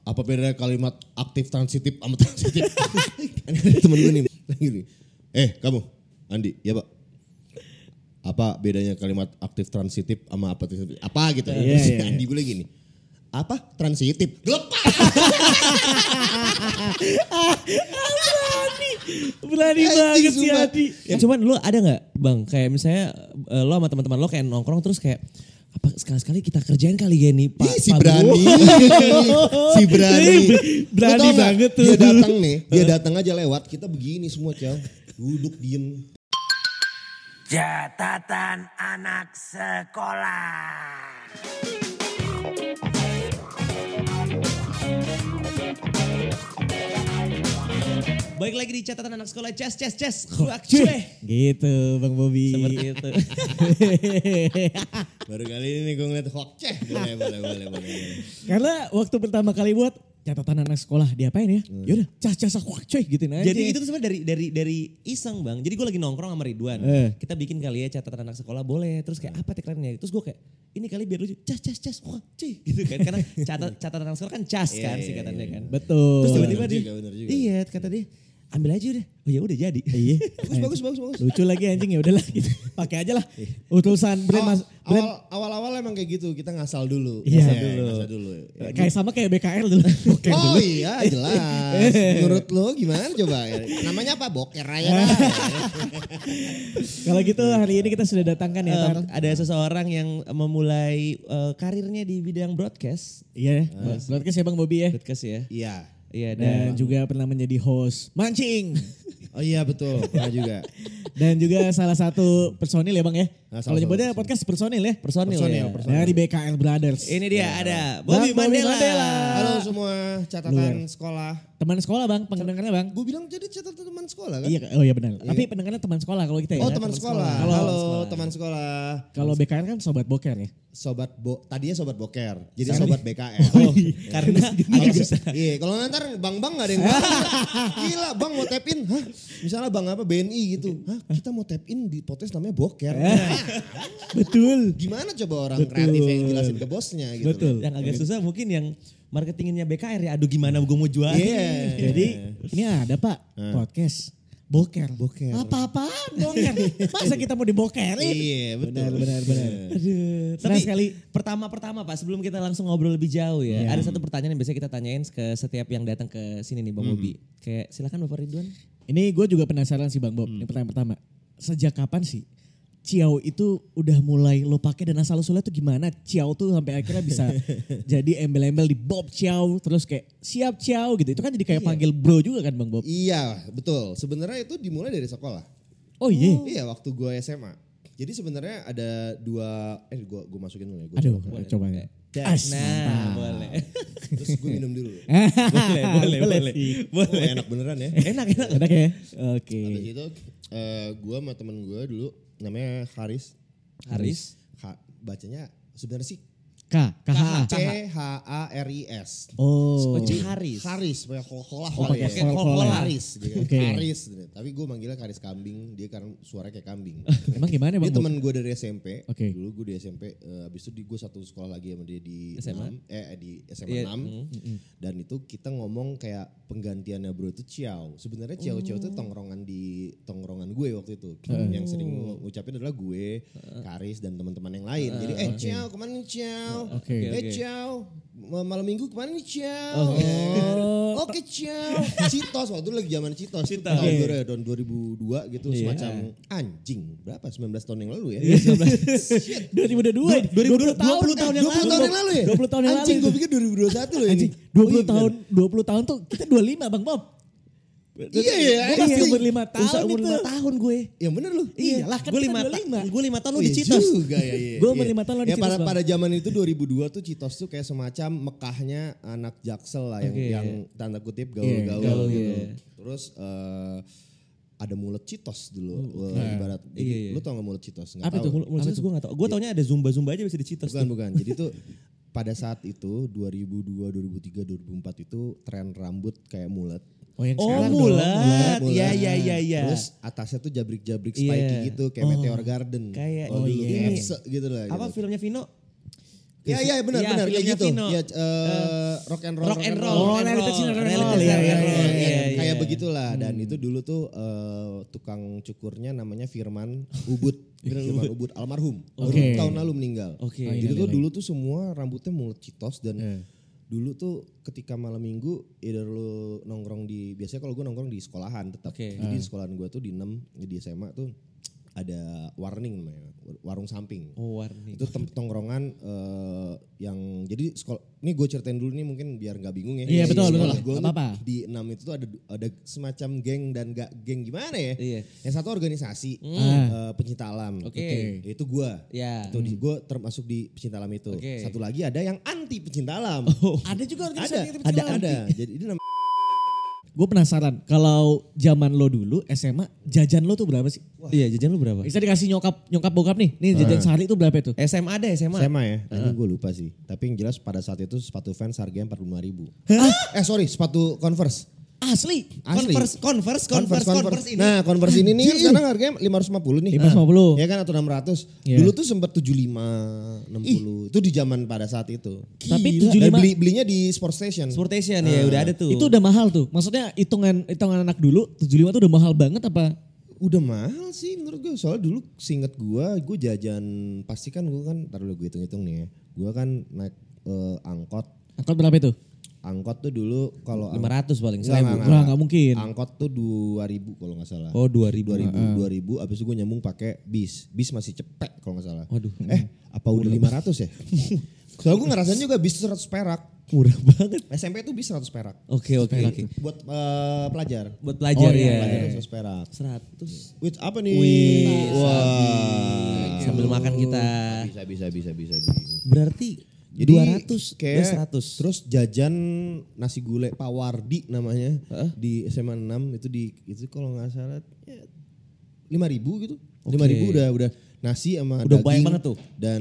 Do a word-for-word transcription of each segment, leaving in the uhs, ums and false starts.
apa bedanya kalimat aktif transitif sama transitif? Kan ada temen gue nih, gini. Eh kamu, Andi, ya pak. Apa bedanya kalimat aktif transitif sama apa apa gitu? Iya, Terus iya, Andi gue gini. Apa transitif? Gelepak. Berani Anjing, banget si sumpah. Adi. Ya cuman lu ada gak Bang kayak misalnya uh, lo sama teman-teman lo kayak nongkrong terus kayak apa sekali-sekali kita kerjain kali ya nih Pak. Ih, si Pak berani, si berani, Berani Lu tau gak, banget tuh. Dia datang nih, dia datang aja lewat, kita begini semua cow, duduk diem. Catatan anak sekolah. Baik lagi di catatan anak sekolah, ces ces ces. Kuak Cuy. cuy. Gitu Bang Bobby. Seperti itu. Baru kali ini gue ngeliat hokceh, boleh, boleh, boleh, boleh. Karena waktu pertama kali buat catatan anak sekolah diapain ya? Yaudah cas-cas kuak cuy gituin aja. Jadi itu tuh sebenarnya dari dari dari iseng Bang. Jadi gue lagi nongkrong sama Ridwan. Eh. Kita bikin kali ya catatan anak sekolah boleh. Terus kayak apa tagline-nya? Terus gue kayak ini kali biar lucu. Cas cas cas kuak cuy gitu kan. Karena catat, catatan anak sekolah kan cas kan Iya, singkatannya kan. Betul. Terus tiba-tiba Bener dia, juga, bener juga. iya kata dia, ambil aja udah. Oh ya udah jadi. Iya. Bagus, bagus, bagus, bagus. Lucu lagi anjing ya udahlah gitu. Pakai aja lah. Utusan brand mas Awal, brand awal, awal-awal emang kayak gitu, kita ngasal dulu. Iya. Ngasal Dulu. dulu. Ngasal dulu. Ya, kayak sama kayak B K L dulu. Oke oh dulu. iya jelas. Menurut lo gimana coba? Namanya apa? Boker aja lah. Kalau gitu hari ini kita sudah datangkan ya Eh, Tar. ada seseorang yang memulai eh, karirnya di bidang broadcast. Iya, broadcast ya Bang Bobby ya. Broadcast ya. Iya. Iya dan Dan juga pernah menjadi host mancing. Oh iya betul, pernah juga. Dan juga salah satu personil ya Bang ya. Nah, Kalau salah nyebutnya satu podcast personil ya. personil, Personil, ya. personil. Dari B K L Brothers. Ini dia ada Bang Bobby Bobby Mandela. Mandela. Halo semua catatan sekolah. Teman sekolah Bang, pendengarnya Bang. Gue bilang jadi catatan teman sekolah kan? Iya, oh iya benar. Tapi pendengarnya teman sekolah kalau kita ya. Oh teman sekolah. Kalau Halo teman sekolah. kalau B K L kan sobat boker ya. Sobat bo, tadinya sobat boker, jadi sobat B K L. Oh, karena Kalau iya, kalau ntar bang bang nggak ada yang bang. Gila bang mau tap in, hah? Misalnya bang apa B N I gitu, hah? Kita mau tap in di podcast namanya boker. Betul. Gimana coba orang kreatif yang jelasin ke bosnya gitu. Betul. yang agak susah mungkin yang marketinginnya B K R ya. Aduh gimana gue mau jual. Iya. Jadi ini ada Pak podcast boker. Boker. Apa-apaan boker? Masa kita mau dibokerin? Iya betul. Benar benar benar. Aduh, Senang tapi sekali. pertama-pertama Pak sebelum kita langsung ngobrol lebih jauh ya. Iya. Ada satu pertanyaan yang biasanya kita tanyain ke setiap yang datang ke sini nih Bang Bobby. Kayak silakan Bapak Ridwan. Ini gue juga penasaran sih Bang Bob. Ini pertanyaan pertama. Sejak kapan sih Ciao itu udah mulai lo pakai dan asal usulnya tuh gimana? Ciao tuh sampai akhirnya bisa jadi embel-embel di Bob Ciao terus kayak siap Ciao gitu. Itu kan jadi kayak panggil bro juga kan Bang Bob? Iya betul. Sebenarnya itu dimulai dari sekolah. Oh iya. Iya waktu gue S M A. Jadi sebenarnya ada dua, eh gue gue masukin dulu ya. Gua Aduh, coba. coba ya. Das. Nah, boleh. Terus gue minum dulu. boleh, boleh, Boleh boleh. sih. Oh, enak beneran ya. Enak, enak. Enak ya? Oke. Habis itu eh, gue sama temen gue dulu namanya Haris. Haris. Ha, bacanya sebenarnya sih K, K H A. C H A R I S. Oh. Oh, C Haris. Haris, pakai hol-holah. Oh, pakai ya. hol-holah. Haris. Dia Oke. Haris. Tapi gue manggilnya Haris Kambing, dia karena suaranya kayak kambing. Emang gimana Dia Bang Bob? teman gue dari S M P. Oke. Dulu gue di S M P, uh, abis itu di, gue satu sekolah lagi sama dia di S M A? enam, eh di S M A Iya, enam. Dan itu kita ngomong kayak penggantiannya bro itu Ciao. Sebenarnya Ciao Ciao itu tongkrongan di tongkrongan gue waktu itu. Yang sering ngucapin adalah gue, Karis dan teman-teman yang lain. Jadi eh Ciao kemana nih Ciao? Oke. Eh Oke. Ciao, malam minggu kemana nih Ciao? Oh. Eh, Oke Ciao. Citos waktu itu lagi zaman Citos. Citos. Tahun Oke. dua- tahun dua ribu dua gitu Iya. semacam anjing. Berapa? sembilan belas tahun yang lalu ya? dua ribu dua puluh dua. dua ribu dua puluh tahun yang dua puluh tahun yang lalu ya? dua puluh tahun yang lalu Anjing itu. gue pikir dua ribu dua puluh satu loh ini. Anjing, dua puluh Oh iya, tahun, bener. dua puluh tahun tuh kita dua puluh lima Bang Bob. Iya iya. Gue masih iya. umur lima tahun Usah umur itu. lima tahun gue. Yang bener lu. Iyalah kan gue kita lima, dua puluh lima. gue lima tahun Oh, lu di iya Citos. juga ya. Iya, Gue iya. umur lima tahun lo di Ya Citos, pada, Bang. pada zaman itu dua ribu dua tuh Citos tuh kayak semacam Mekahnya anak Jaksel lah yang, Oke. yang tanda kutip Iya, gaul-gaul gaul, gitu. iya. Terus eh, ada mulut Citos dulu Oh, eh, ibarat. Jadi, Iya, iya. lu tau gak mulut Citos? Nggak Apa tahu. itu? Menurut saya gue gak tau. Gue taunya ada zumba-zumba aja bisa di Citos. Bukan tuh. bukan. Jadi tuh pada saat itu dua ribu dua, dua ribu tiga, dua ribu empat itu tren rambut kayak mulet. Oh yang Oh sekarang dong. mulat. Mulet. Iya iya iya iya. Terus atasnya tuh jabrik-jabrik Iya. spiky gitu kayak Oh. Meteor Garden. Kayak- oh, oh dulu iya. kayak F S E gitu lah. Apa gitu. filmnya Vino? Ya iya benar Iya, benar kayak filmnya gitu. Vino. Ya eh, rock and roll Rock and roll. Oh, rock and reality roll. rock and roll. Reality Iya, rock iya, and roll. iya, Iya, iya. kayak begitulah dan itu dulu tuh eh, tukang cukurnya namanya Firman Ubud. Firman Ubud almarhum. Baru Oke. tahun lalu meninggal. Oke. Oh, iya, Jadi iya, tuh iya. dulu tuh semua rambutnya mulut citos dan Eh. dulu tuh ketika malam minggu either lu nongkrong di biasanya kalau gue nongkrong di sekolahan tetap. Oke. Jadi sekolahan gue tuh di enam di S M A tuh ada warning namanya, warung samping. Oh warni. Itu tem- tongkrongan eh, yang jadi sekolah ini gue ceritain dulu nih mungkin biar nggak bingung ya. Iya, Di betul, sekolah betul. gua Nggak tuh apa-apa. Di enam itu tuh ada ada semacam geng dan gak geng gimana ya? Iya. Yang satu organisasi Ah. eh, pencinta alam. Oke. Itu gue. Ya. Itu di gue termasuk di pencinta alam itu. Oke. Satu lagi ada yang anti pencinta alam. Ada juga organisasi ada, yang ada, pencinta ada. alam. Jadi ini namanya Gue penasaran, kalau zaman lo dulu S M A, jajan lo tuh berapa sih? Iya jajan lu berapa? Bisa dikasih nyokap nyokap bokap nih, nih jajan sehari itu berapa itu? S M A deh S M A. S M A ya. Ini gue lupa sih. Tapi yang jelas pada saat itu sepatu Vans harganya empat puluh lima ribu. Eh sorry sepatu Converse. Asli. Asli. Converse, Converse, Converse, Converse ini. Nah Converse ini nih sekarang harganya lima ratus lima puluh nih. lima ratus lima puluh. Ya kan atau enam ratus. Iya. Dulu tuh sempat tujuh puluh lima, enam puluh. Itu di zaman pada saat itu. Tapi Dan tujuh puluh lima beli, belinya di Sport Station. Sport Station ya udah ada tuh. itu udah mahal tuh. Maksudnya hitungan hitungan anak dulu tujuh puluh lima tuh udah mahal banget apa? Udah mahal sih menurut gue. Soalnya dulu seinget gue, gue jajan pasti kan gue kan, ntar dulu gue hitung-hitung nih ya. Gue kan naik eh, angkot. Angkot berapa itu? Angkot tuh dulu kalau lima ratus paling Enggak, seribu. enggak, Wah nggak mungkin. Angkot tuh dua ribu kalau nggak salah. Oh dua ribu. dua ribu, dua ribu, abis itu gue nyambung pakai bis. Bis masih cepet kalau nggak salah. Waduh. Eh, apa udah lima ratus ya? Soalnya gue ngerasain juga bis seratus perak. Murah banget. S M P itu bis seratus perak. Oke oke oke. Buat eh, pelajar. Buat pelajar Oh, iya, ya. Pelajar seratus perak. Seratus. With apa nih? Wih, Wah. Sambil makan kita. Bisa, bisa, bisa, bisa. bisa. Berarti Jadi dua ratus, kayak seratus. terus jajan nasi gulai Pak Wardi namanya di S M A enam itu di itu kalau nggak salah ya, lima ribu gitu. Lima Oke. ribu udah udah nasi sama Udah daging banyak banget tuh. dan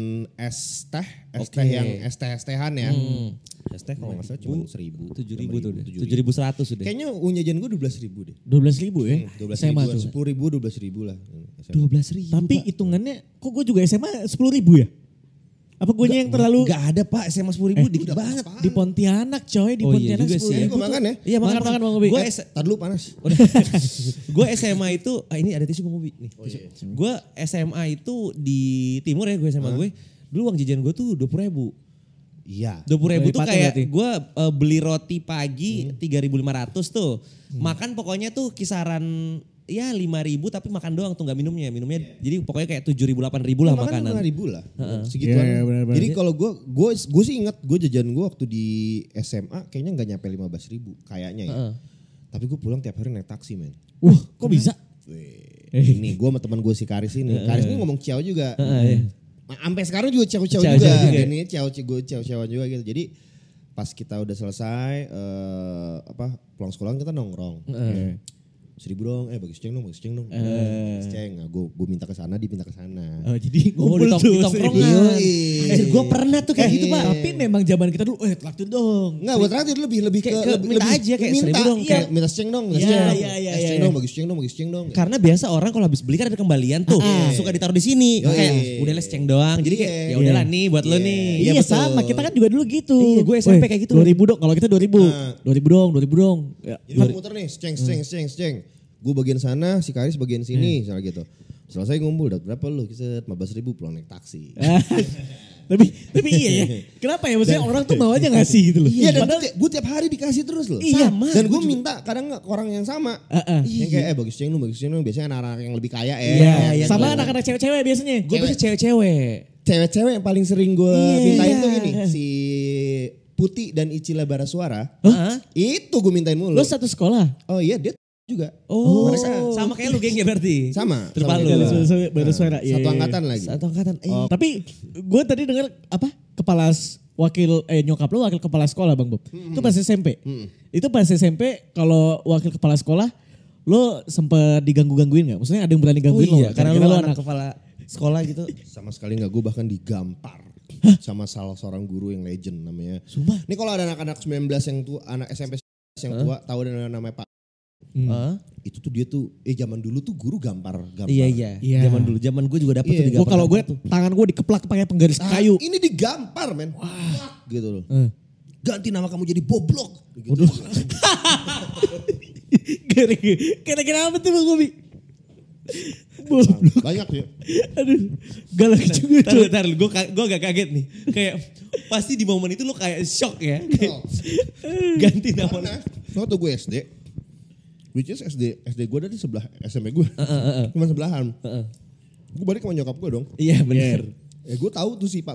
es teh es Oke. teh yang es teh es tehan ya. Hmm. Es teh kalau nggak salah cuma seribu. Tujuh ribu tuh udah. tujuh Tujuh ribu seratus udah. Kayaknya uang jajan gue dua belas ribu deh. dua belas ribu ya? Dua belas S M A ribu, tuh. sepuluh ribu, dua belas ribu lah. Dua belas ribu. Tapi hitungannya kok gue juga S M A sepuluh ribu ya? Apa gue yang terlalu Gak ada pak S M A sepuluh ribu dikit banget. di Pontianak coy, di Oh iya Pontianak juga sepuluh sih. ribu Gue tuh. makan ya. Iya Makan, makan, Bang Bobi. Gue Eh, S- Tar dulu panas. gue S M A itu, ah ini ada tisu Bang Bobi nih. Gue S M A itu di timur ya gue S M A gue. Dulu uang jajan gue tuh dua puluh ribu. Iya. Dua puluh ribu tuh Lipatnya kayak berarti. gue uh, beli roti pagi tiga ribu lima ratus tuh. Makan pokoknya tuh kisaran ya lima ribu tapi makan doang tuh nggak minumnya. Minumnya jadi pokoknya kayak tujuh ribu delapan ribu lah makanan. lima ribu lah. Segituan. Iya, iya, benar-benar. Jadi kalau gue gue gue sih inget gue jajan gue waktu di S M A kayaknya nggak nyampe lima belas ribu kayaknya ya. Heeh. Tapi gue pulang tiap hari naik taksi men. Wah kok bisa? Weh, ini gue sama teman gue si Karis ini. Karis ini ngomong ciao juga. Nah, sampai sekarang juga ciao-ciao Ciao-ciao juga. juga. Dan ini ciao gue ciao-ciao juga gitu. Jadi pas kita udah selesai eh, apa pulang sekolah kita nongkrong. Seribu dong, eh bagus ceng dong, bagus ceng dong. Bagus ceng, nah, gue gue minta ke sana, dia minta ke sana. Oh, jadi Oh, ngumpul di tong- tuh. di tongkrongan. Yoi. Anjir gue pernah tuh kayak Eh, gitu pak. Tapi memang zaman kita dulu, eh traktir dong. Enggak, buat traktir lebih lebih ke, Kayak ke lebih, minta lebih- aja, kayak minta, seribu dong, kayak kayak- minta ceng dong, minta Iya, ceng dong. iya, iya, Es iya, ceng iya. dong, bagus ceng dong, bagus ceng dong. Karena biasa orang kalau habis beli kan ada kembalian tuh. Suka ditaruh di sini. Yoi. Kayak udah les ceng doang. Jadi kayak Iya. ya udahlah nih buat lo Iya. nih. Iya, betul. sama, kita kan juga dulu gitu. Iya, gue S M P kayak gitu. Dua ribu dong, kalau kita dua ribu. Nah. Dua ribu dong, dua ribu dong. Ya. Jadi kan muter nih, ceng, ceng, ceng, ceng. Gue bagian sana, si Karis bagian sini, misalnya gitu. Selesai ngumpul, dapat berapa lu? Kiset lima belas ribu pulang naik taksi. tapi tapi iya ya. Kenapa ya? Maksudnya orang tuh mau aja ngasih gitu loh. Iya dan Padahal- gue tiap hari dikasih terus loh. Iya, Sama. Dan gue minta kadang nggak ke orang yang sama. Heeh. Yang kayak eh bagus ceng lu, bagus ceng lu. Biasanya anak-anak yang lebih kaya ya. Iya, Yang sama kayak- anak-anak cewek-cewek biasanya. Gue biasa cewek-cewek. Cewek-cewek yang paling sering gue Iya. mintain tuh ini. Si Putih dan Icila Barasuara. Hah? Itu gue mintain mulu. Lo satu sekolah. Oh iya dia juga. Oh, Mereka- sama kayak lu gengnya berarti. Sama. Terus sama lu. dia. Baru- baru suara. Iya, Satu iya. angkatan lagi. Satu angkatan. Eh, Oh, tapi gue tadi dengar apa? Kepala s- wakil eh nyokap lo wakil kepala sekolah Bang Bob. Itu pas S M P. Itu pas S M P kalau wakil kepala sekolah lo sempet diganggu-gangguin gak? Maksudnya ada yang berani oh gangguin iya, lo? karena lu anak kepala sekolah gitu. Sama sekali nggak, gue bahkan digampar sama salah seorang guru yang legend namanya. Sumpah. Ini kalau ada anak-anak sembilan belas yang tua, anak S M P yang tua tahu dengan namanya Pak Heeh. Itu tuh dia tuh, eh zaman dulu tuh guru gampar. gampar. Iya iya. Iya. Zaman dulu, zaman gue juga dapet Iya. tuh di Gue kalau gue tuh. tangan gue dikeplak pakai penggaris Ah, kayu. Ini digampar men. Wah. Gitu loh. Eh. Ganti nama kamu jadi Boblok. Gitu. Kira-kira apa tuh Bang Gobi? Banyak ya. Aduh, galak juga. Taruh, taruh, gue gue agak kaget nih. Kayak pasti di momen itu lu kayak shock ya. Kayak, ganti nama. Karena waktu gue S D, which is S D S D gue dari sebelah S M P gue, uh, uh, uh. cuma sebelahan. Uh, uh. Gue balik sama nyokap gue dong. Iya benar. Ya gue tahu tuh si Pak.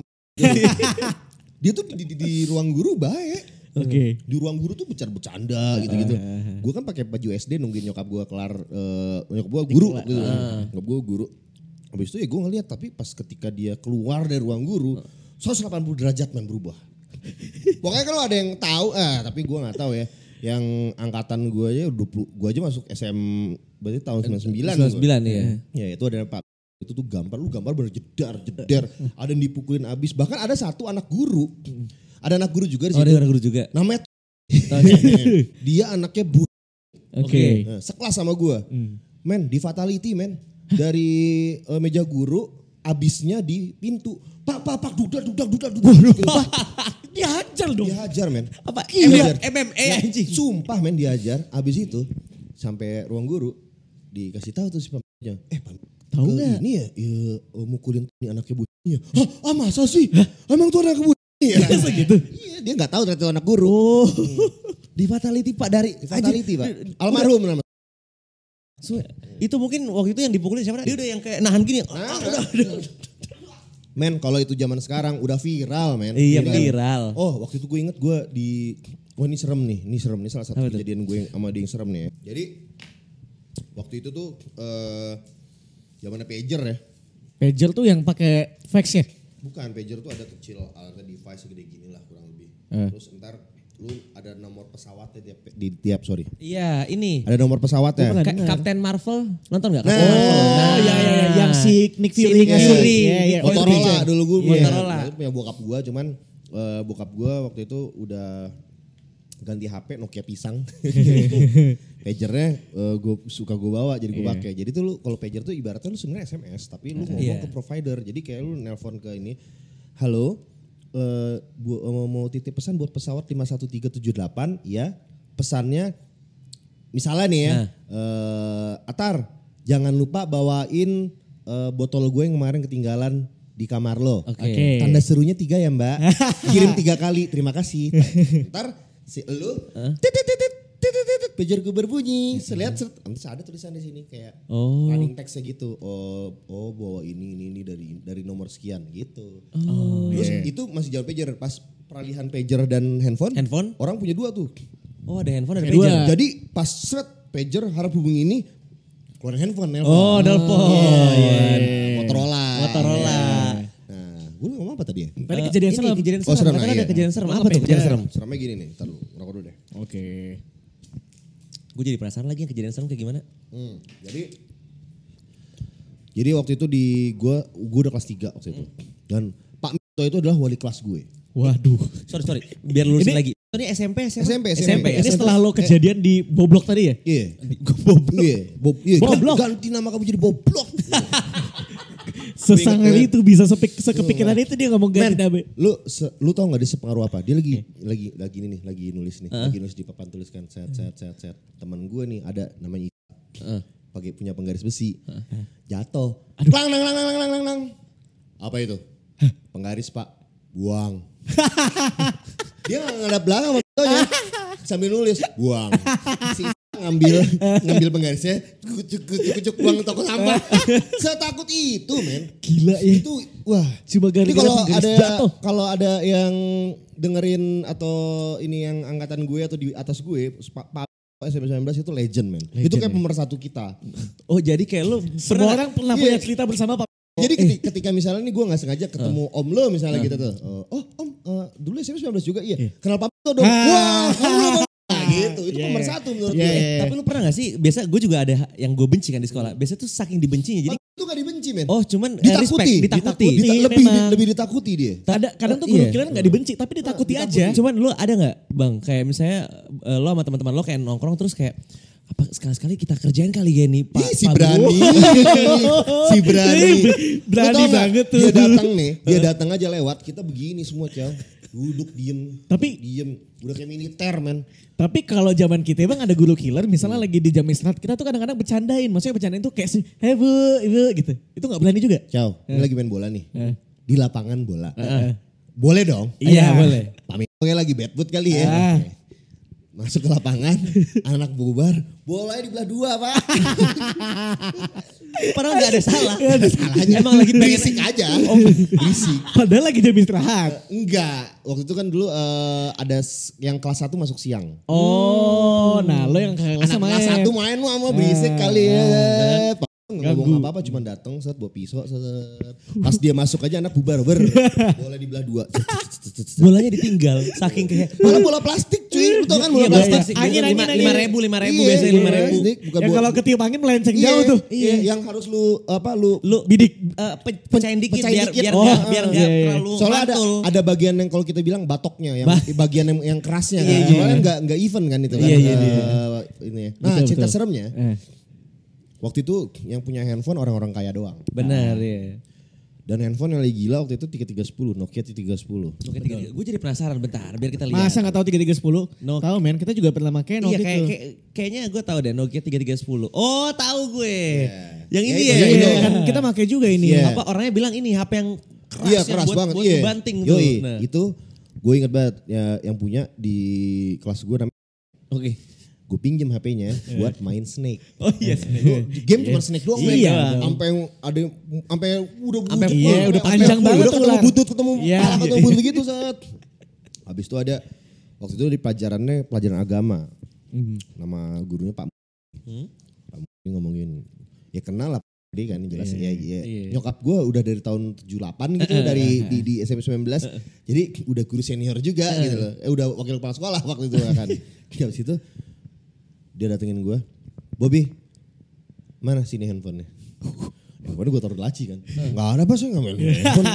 Dia tuh di, di, di ruang guru baik. Oke. Okay. Di ruang guru tuh bercanda gitu-gitu. Uh, gue kan pakai baju S D nungguin nyokap gue kelar, uh, nyokap gue guru. Gitu. Uh. Nyokap gue guru. Habis itu ya gue ngeliat, tapi pas ketika dia keluar dari ruang guru, seratus delapan puluh derajat men berubah. Pokoknya kalau ada yang tahu, ah tapi gue nggak tahu ya. Yang angkatan gue aja dua puluh, gue aja masuk S M berarti tahun sembilan puluh sembilan. sembilan puluh sembilan ya. Ya itu ada Pak. Itu tuh gambar, lu gambar bener jedar, jedar. Ada yang dipukulin abis. Bahkan ada satu anak guru. Ada anak guru juga di Oh situ. ada anak guru juga. Namanya dia anaknya Bu. Oke. Okay. Nah, sekelas sama gue. Men, di fatality men. Dari uh, meja guru, abisnya di pintu. Pak, pak, pak, dudak, dudak, dudak, dudak. Pak, Dihajar dong. dihajar men. Apa? Dihajar. M M A anjing. Sumpah men dihajar. Abis itu sampai ruang guru dikasih tahu tuh si papanya. Eh, Pak, tahu ke nggak? Ini ya, ya uh, mukulin ini anaknya bucinya. Hah, ah masa sih? Emang tuh anak bucinya? Biasa gitu. Iya, dia nggak tahu ternyata itu anak guru. Oh. Hmm. Di fatality Pak dari Di fatality Pak. Almarhum nama. So, itu mungkin waktu itu yang dipukulin siapa? Dia udah yang kayak nahan gini. Nah, Ah, udah, udah. Men, kalau itu zaman sekarang udah viral, men. Iya, Ini kan, viral. oh, waktu itu gue inget gue di, wah ini serem nih, ini serem nih salah satu Apa itu? kejadian gue yang sama dia yang serem nih ya. Jadi waktu itu tuh eh zamannya pager ya. Pager tuh yang pakai fax ya? Bukan, pager tuh ada kecil alatnya device segede gini lah kurang lebih. Eh. Terus ntar lu ada nomor pesawatnya tiap, di tiap sorry. Iya ini. Ada nomor pesawatnya. Gua pernah Ka- Captain Marvel nonton gak? Nah. Captain Marvel? Oh, iya iya iya, yang si Nick Si Fury Nick ngasih. Fury. Iya, iya. Oh, itu Motorola pager. dulu gue Iya. punya. Motorola. Nah, itu punya bokap gue, cuman eh, bokap gue waktu itu udah ganti H P Nokia pisang. Pagernya eh, gue suka gue bawa jadi gue Iya. pakai. Jadi tuh lu kalau pager tuh ibaratnya lu sebenarnya S M S tapi lu ngomong Iya. ke provider. Jadi kayak lu nelpon ke ini, halo, eh, bu, mau, mau titip pesan buat pesawat lima satu tiga tujuh delapan, ya pesannya misalnya nih ya, Nah. eh, Atar jangan lupa bawain eh, botol gue yang kemarin ketinggalan di kamar lo. Oke. Oke. Tanda serunya tiga ya mbak. Kirim tiga kali, terima kasih. Ntar si elu, titit titit titit titit, pager gue berbunyi. Selihat, set, terus ada tulisan di sini kayak Oh. running text gitu. Oh, oh bawa ini ini ini dari dari nomor sekian gitu. Oh, Terus iya. itu masih jauh pager. Pas peralihan pager dan handphone, Handphone? orang punya dua tuh. Oh ada handphone ada Dua. pager. Jadi pas seret pager harap hubungi ini, keluarin handphone, nelpon. Oh, nelpon. Iya. Iya. Motorola. Motorola. Iya. Nah, gue ngomong apa tadi ya? Tadi Eh, kejadian ini serem. Kejadian Oh, serem. serem, Katanya iya. ada kejadian serem. Oh, Apa tuh kejadian pager. serem? Seramnya gini nih, ntar lu, rokok dulu deh. Oke. Gue jadi penasaran lagi yang kejadian serem kayak gimana. Hmm, jadi jadi waktu itu di gue gue udah kelas tiga waktu itu. Dan Pak Mito itu adalah wali kelas gue. Waduh. Sorry sorry. Biar lurusin Ini- lagi. Ini S M P S M P. S M P, S M P. Ini setelah lo kejadian di Boblok tadi ya? Iya. Boblok. Iya, Bob, iya. Boblok. Ganti nama kamu jadi Boblok. Sesangat itu bisa sepik, sekepikiran itu dia ngomong ganti Men, nama. lu se, lu tau gak dia sepengaruh apa? Dia lagi lagi lagi ini nih, lagi nulis nih, lagi nulis di papan tuliskan set set set set. Teman gue nih ada namanya Isa. Heeh. Pakai punya penggaris besi. Jatuh. Lang lang lang lang lang lang lang. Apa itu? Penggaris, Pak. Buang. Dia nggak ngadap belakang fotonya. Sambil nulis, buang. Si ngambil ngambil penggarisnya, kucuk kucuk kucuk buang ke toko sampah. Setakut itu, men. Gila ya. Itu wah. Cuma Ini gara-gara kalau penggaris ada jatuh. kalau ada yang dengerin atau ini yang angkatan gue atau di atas gue, Pak Pa, S M P sembilan belas itu legend, men. Itu Legend, kayak ya. pemersatu kita. Oh jadi kayak lu Semua orang pernah Iya. punya cerita bersama Pak. Jadi ketika, ketika misalnya nih gue gak sengaja ketemu om lo misalnya gitu tuh. Uh, oh om uh, dulu S M P sembilan belas juga iya. Kenal Pak Mito dong. Ah. Wah kamu lo Bang. Nah, gitu. Itu Yeah. pemersatu menurut Yeah, gue. yeah. Tapi lu pernah gak sih, biasa gue juga ada yang gue benci kan di sekolah. Biasa tuh saking dibencinya jadi, Pak itu gak dibenci, men. oh cuman eh, ditakuti. respect, ditakuti. Dita- lebih memang. lebih ditakuti dia. Ada kadang tuh Oh, iya. guru kalian nggak dibenci tapi ditakuti Ditakuti. aja. Cuman lu ada gak bang, kayak misalnya eh, lo sama teman-teman lo kayak nongkrong terus kayak, apa sekali-sekali kita kerjain kali ya nih Pak. Ih, si Pak berani, si berani, Berani Lu tau nggak? banget tuh. Dia datang nih, dia datang aja lewat, kita begini semua Ciao, duduk diem, Tapi- diem, udah kayak militer men. Tapi kalau zaman kita emang ada guru killer, misalnya lagi di jam istirahat kita tuh kadang-kadang bercandain. Maksudnya bercandain tuh kayak, hei bu, ibu gitu. Itu gak berani juga? Ciao, ini lagi main bola nih, di lapangan bola, Eh. boleh dong? Iya, boleh. Pamit oke lagi bad mood kali ya. Ah. Oke. Masuk ke lapangan, anak bubar, bolanya dibelah dua pak. Padahal gak ada salah. Gak ada salahnya. Emang lagi pengen- berisik aja. berisik. Padahal lagi jam istirahat. Enggak, waktu itu kan dulu eh, ada s- yang kelas satu masuk siang. Oh, nah lo yang kelas Anak sama kelas satu main lu sama berisik kali ya. Nggak ngomong apa-apa cuma datang set bawa pisau set. Pas dia masuk aja anak bubar ber. Boleh dibelah dua. Bolanya ditinggal saking kayak Malah bola plastik cuy. Lu tau kan bola Iya, bola plastik. plastik. Angin, Lima- angin, lima angin. ribu, lima ribu Iya, biasanya lima bola ribu. plastik, bukan Yang bola- kalau ketiup angin melenceng Iya, jauh tuh. Iya, yang harus lu apa lu Lu Bidik. eh, pe- pecahin dikit pecahin biar dikit. biar Oh, nggak biar iya, nggak iya. terlalu Soalnya ada mantul. ada bagian yang kalau kita bilang batoknya, yang bagian yang, yang kerasnya. Iya, kan. iya, Soalnya iya. nggak nggak even kan itu kan. Iya, iya, Eh, iya. ini ya. Nah Betul, cerita betul. seremnya, Eh. waktu itu yang punya handphone orang-orang kaya doang. Benar ya. Dan handphone yang lagi gila waktu itu tiga tiga sepuluh, Nokia tiga tiga sepuluh. Gue jadi penasaran bentar biar kita lihat. Masa gak tahu tiga tiga sepuluh? No. Tahu men, kita juga pernah pakai Iya Nokia kayak, itu. kayak kayaknya gue tahu deh Nokia tiga tiga sepuluh. Oh tahu gue. Yang Ya, ini itu, ya. yang Iya, itu. kan kita pakai juga ini. Iya. Apa orangnya bilang ini H P yang keras, Iya yang keras buat, banget. buat iya. ngebanting tuh. Yoi, Nah. itu gue inget banget ya yang punya di kelas gue namanya. Oke. Gue pinjem H P-nya buat main Snake. Oh iya. Lu game cuma Snake doang men. Iya. Sampai yang ada yang- sampai udah Sampai butut, iya, sampai- udah sampai panjang full, banget udah tuh ketemu ular. butut ketemu Iya. pala ketemu butut gitu saat. Habis itu ada waktu itu di pelajarannya pelajaran agama. Nama gurunya Pak Hmm? Pak Mudi ngomongin ya kenal lah dia kan jelas Iya, ya, ya. iya. Nyokap gue udah dari tahun tujuh puluh delapan gitu dari di, di S M P sembilan belas. Jadi udah guru senior juga gitu loh. Eh, udah wakil kepala sekolah waktu itu kan. Habis itu dia datengin gue, Bobby, mana sini handphonenya? Handphone gue taruh di laci kan. Enggak ada apa saya enggak main handphone.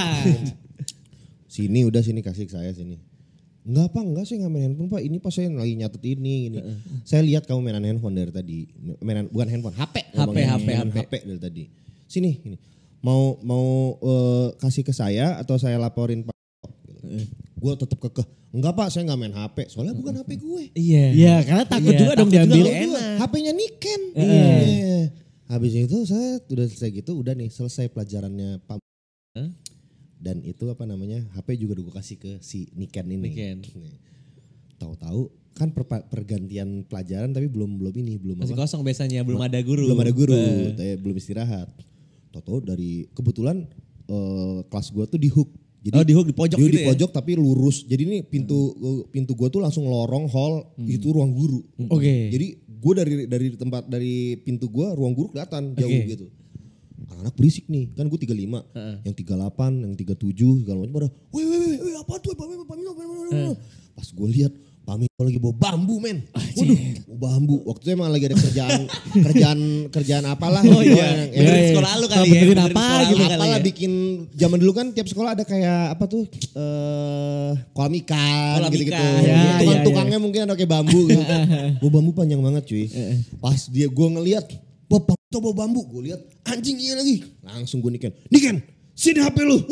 Sini udah sini kasih ke saya sini. Enggak pak, enggak saya enggak main handphone pak. Ini pas saya lagi nyatet ini. ini. Saya lihat kamu mainan handphone dari tadi. Mainan, bukan handphone, H P. ngomongnya. H P, Mainan H P. H P dari tadi. Sini, ini. Mau mau eh, kasih ke saya atau saya laporin pak? Gue tetap kekeh. Enggak pak, saya enggak main H P. Soalnya bukan H P gue. Iya. Iya, karena takut Iya, juga dong takut juga diambil. nggak enak. H P-nya Niken. Iya. Iya. Habis itu saya udah selesai gitu, udah nih selesai pelajarannya Pak. Hah? Dan itu apa namanya, H P juga udah gue kasih ke si Niken ini. Niken. Nih. Tahu-tahu kan perpa- pergantian pelajaran tapi belum belum ini, belum Masih apa? kosong biasanya belum ada guru. Belum ada guru, Eh. tapi belum istirahat. Tahu-tahu dari kebetulan eh, kelas gue tuh di hook. Jadi Oh, di hook, di pojok di, gitu di ya? pojok tapi lurus. Jadi ini pintu pintu gue tuh langsung lorong hall, itu ruang guru. Oke. Jadi gue dari dari tempat dari pintu gue ruang guru kelihatan jauh Oke. gitu. Anak-anak berisik nih, kan gue tiga puluh lima, yang tiga puluh delapan, yang tiga puluh tujuh segala macam pada, weh weh weh, weh apa tuh, Pamino, Pamino, Pamino. Pas gue lihat Pamino lagi bawa bambu men, waduh, bawa bambu. Waktu itu emang lagi ada kerjaan, kerjaan, kerjaan apalah. Oh iya, yang- yang- benerin iya. sekolah lu kali ya. Benerin benerin apa sekolah gitu lu kali apalah ya. bikin zaman dulu kan tiap sekolah ada kayak apa tuh eh kolam ikan Kolam gitu-gitu. ikan. Ya, Tukang ya, tukangnya mungkin ada kayak bambu gitu. Bawa bambu panjang banget cuy. Pas dia gue ngelihat, bapak tuh bawa bambu, gue lihat anjing iya lagi. Langsung gue Niken, Niken sini H P lu.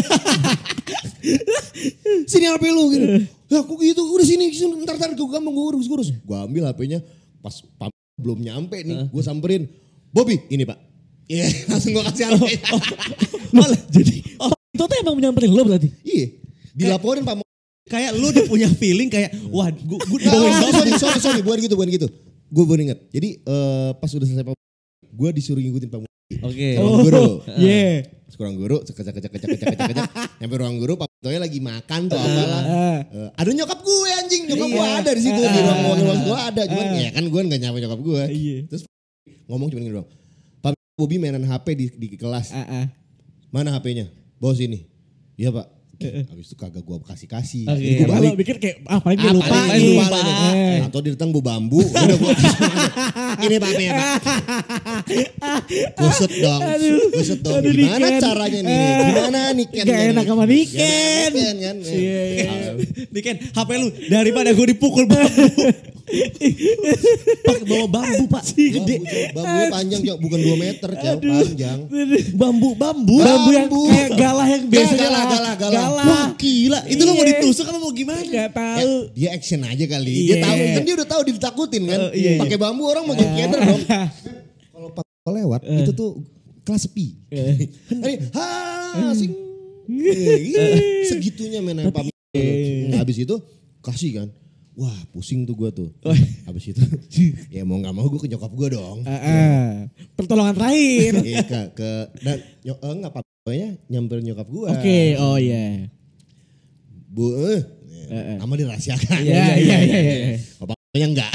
Sini H P lu gitu. Ya aku gitu, udah sini, sini ntar ntar gue gampang gue urus urus. Gue ambil H P-nya, pas pam belum nyampe nih, gue samperin, Bobby ini pak. Iya, langsung gue kasih H P. Malah jadi. Oh, itu tuh emang nyamperin lo berarti? Iya, dilaporin Pak. Kayak lu udah punya feeling kayak wah gue gue Nggak, sorry, sorry, sorry, sorry, bukan gitu, bukan gitu. Gue baru inget. Jadi eh, pas udah selesai Pak, gue disuruh ngikutin Pak. Oke. Ruang guru. Iya. Sekurang guru, kecak kecak kecak kecak kecak kecak. Sampai ruang guru, Pak Toya lagi makan tuh apalah. Ah. Eh, ada nyokap gue anjing, nyokap gue Iya. ada di situ di ruang ruang ruang sekolah ada. Cuman Ah. ya kan gue nggak nyapa nyokap gue. Iya. Terus ngomong cuma gini doang. Pak Bobby mainan H P di, di kelas. Ah, ah. Mana H P-nya? Bawa sini. Iya Pak. Habis itu kagak gue kasih-kasih. Oke. Jadi gue Karena balik. lo pikir kayak ah paling dia Ah, lupa paling nih. lupa Pak. lagi. Eh. Atau dia datang bawa bambu, udah gua ini Pak ya Pak. Kusut dong, kusut dong. aduh, Gimana Niken. caranya nih? Eh. Gimana Niken? Gak nih? enak sama Niken. Gak enak Niken kan. Iya, iya. Ah, Ini kan H P lu daripada gue dipukul bambu. Pakai bawa bambu Pak. Gede. Bambunya panjang Cok, bukan dua meter Cok, panjang. Bambu, bambu. Bambu yang Bambu. kayak galah yang biasanya galah, lah. galah, galah. Galah. Wah gila, itu lo mau Iya. ditusuk apa mau gimana? Gak Ya, tahu. dia action aja kali. Iya. Dia tahu kan dia udah tahu ditakutin kan. Oh, iya, iya. Pakai bambu orang makin keder dong. Kalau Pak lewat itu tuh kelas sepi. Ini ha sing. Eh, segitunya mainan Pak. Nah, habis itu kasih kan. Wah pusing tuh gue tuh. Habis itu ya mau gak mau gue ke nyokap gue dong. Ah, ah. Pertolongan terakhir. Iya ke, ke dan nyok, eh, enggak apa-apanya nyamper nyokap gue. Oke, oh iya. Bu, eh, nama dirahasiakan. Iya, iya, iya, iya. Apa-apanya enggak.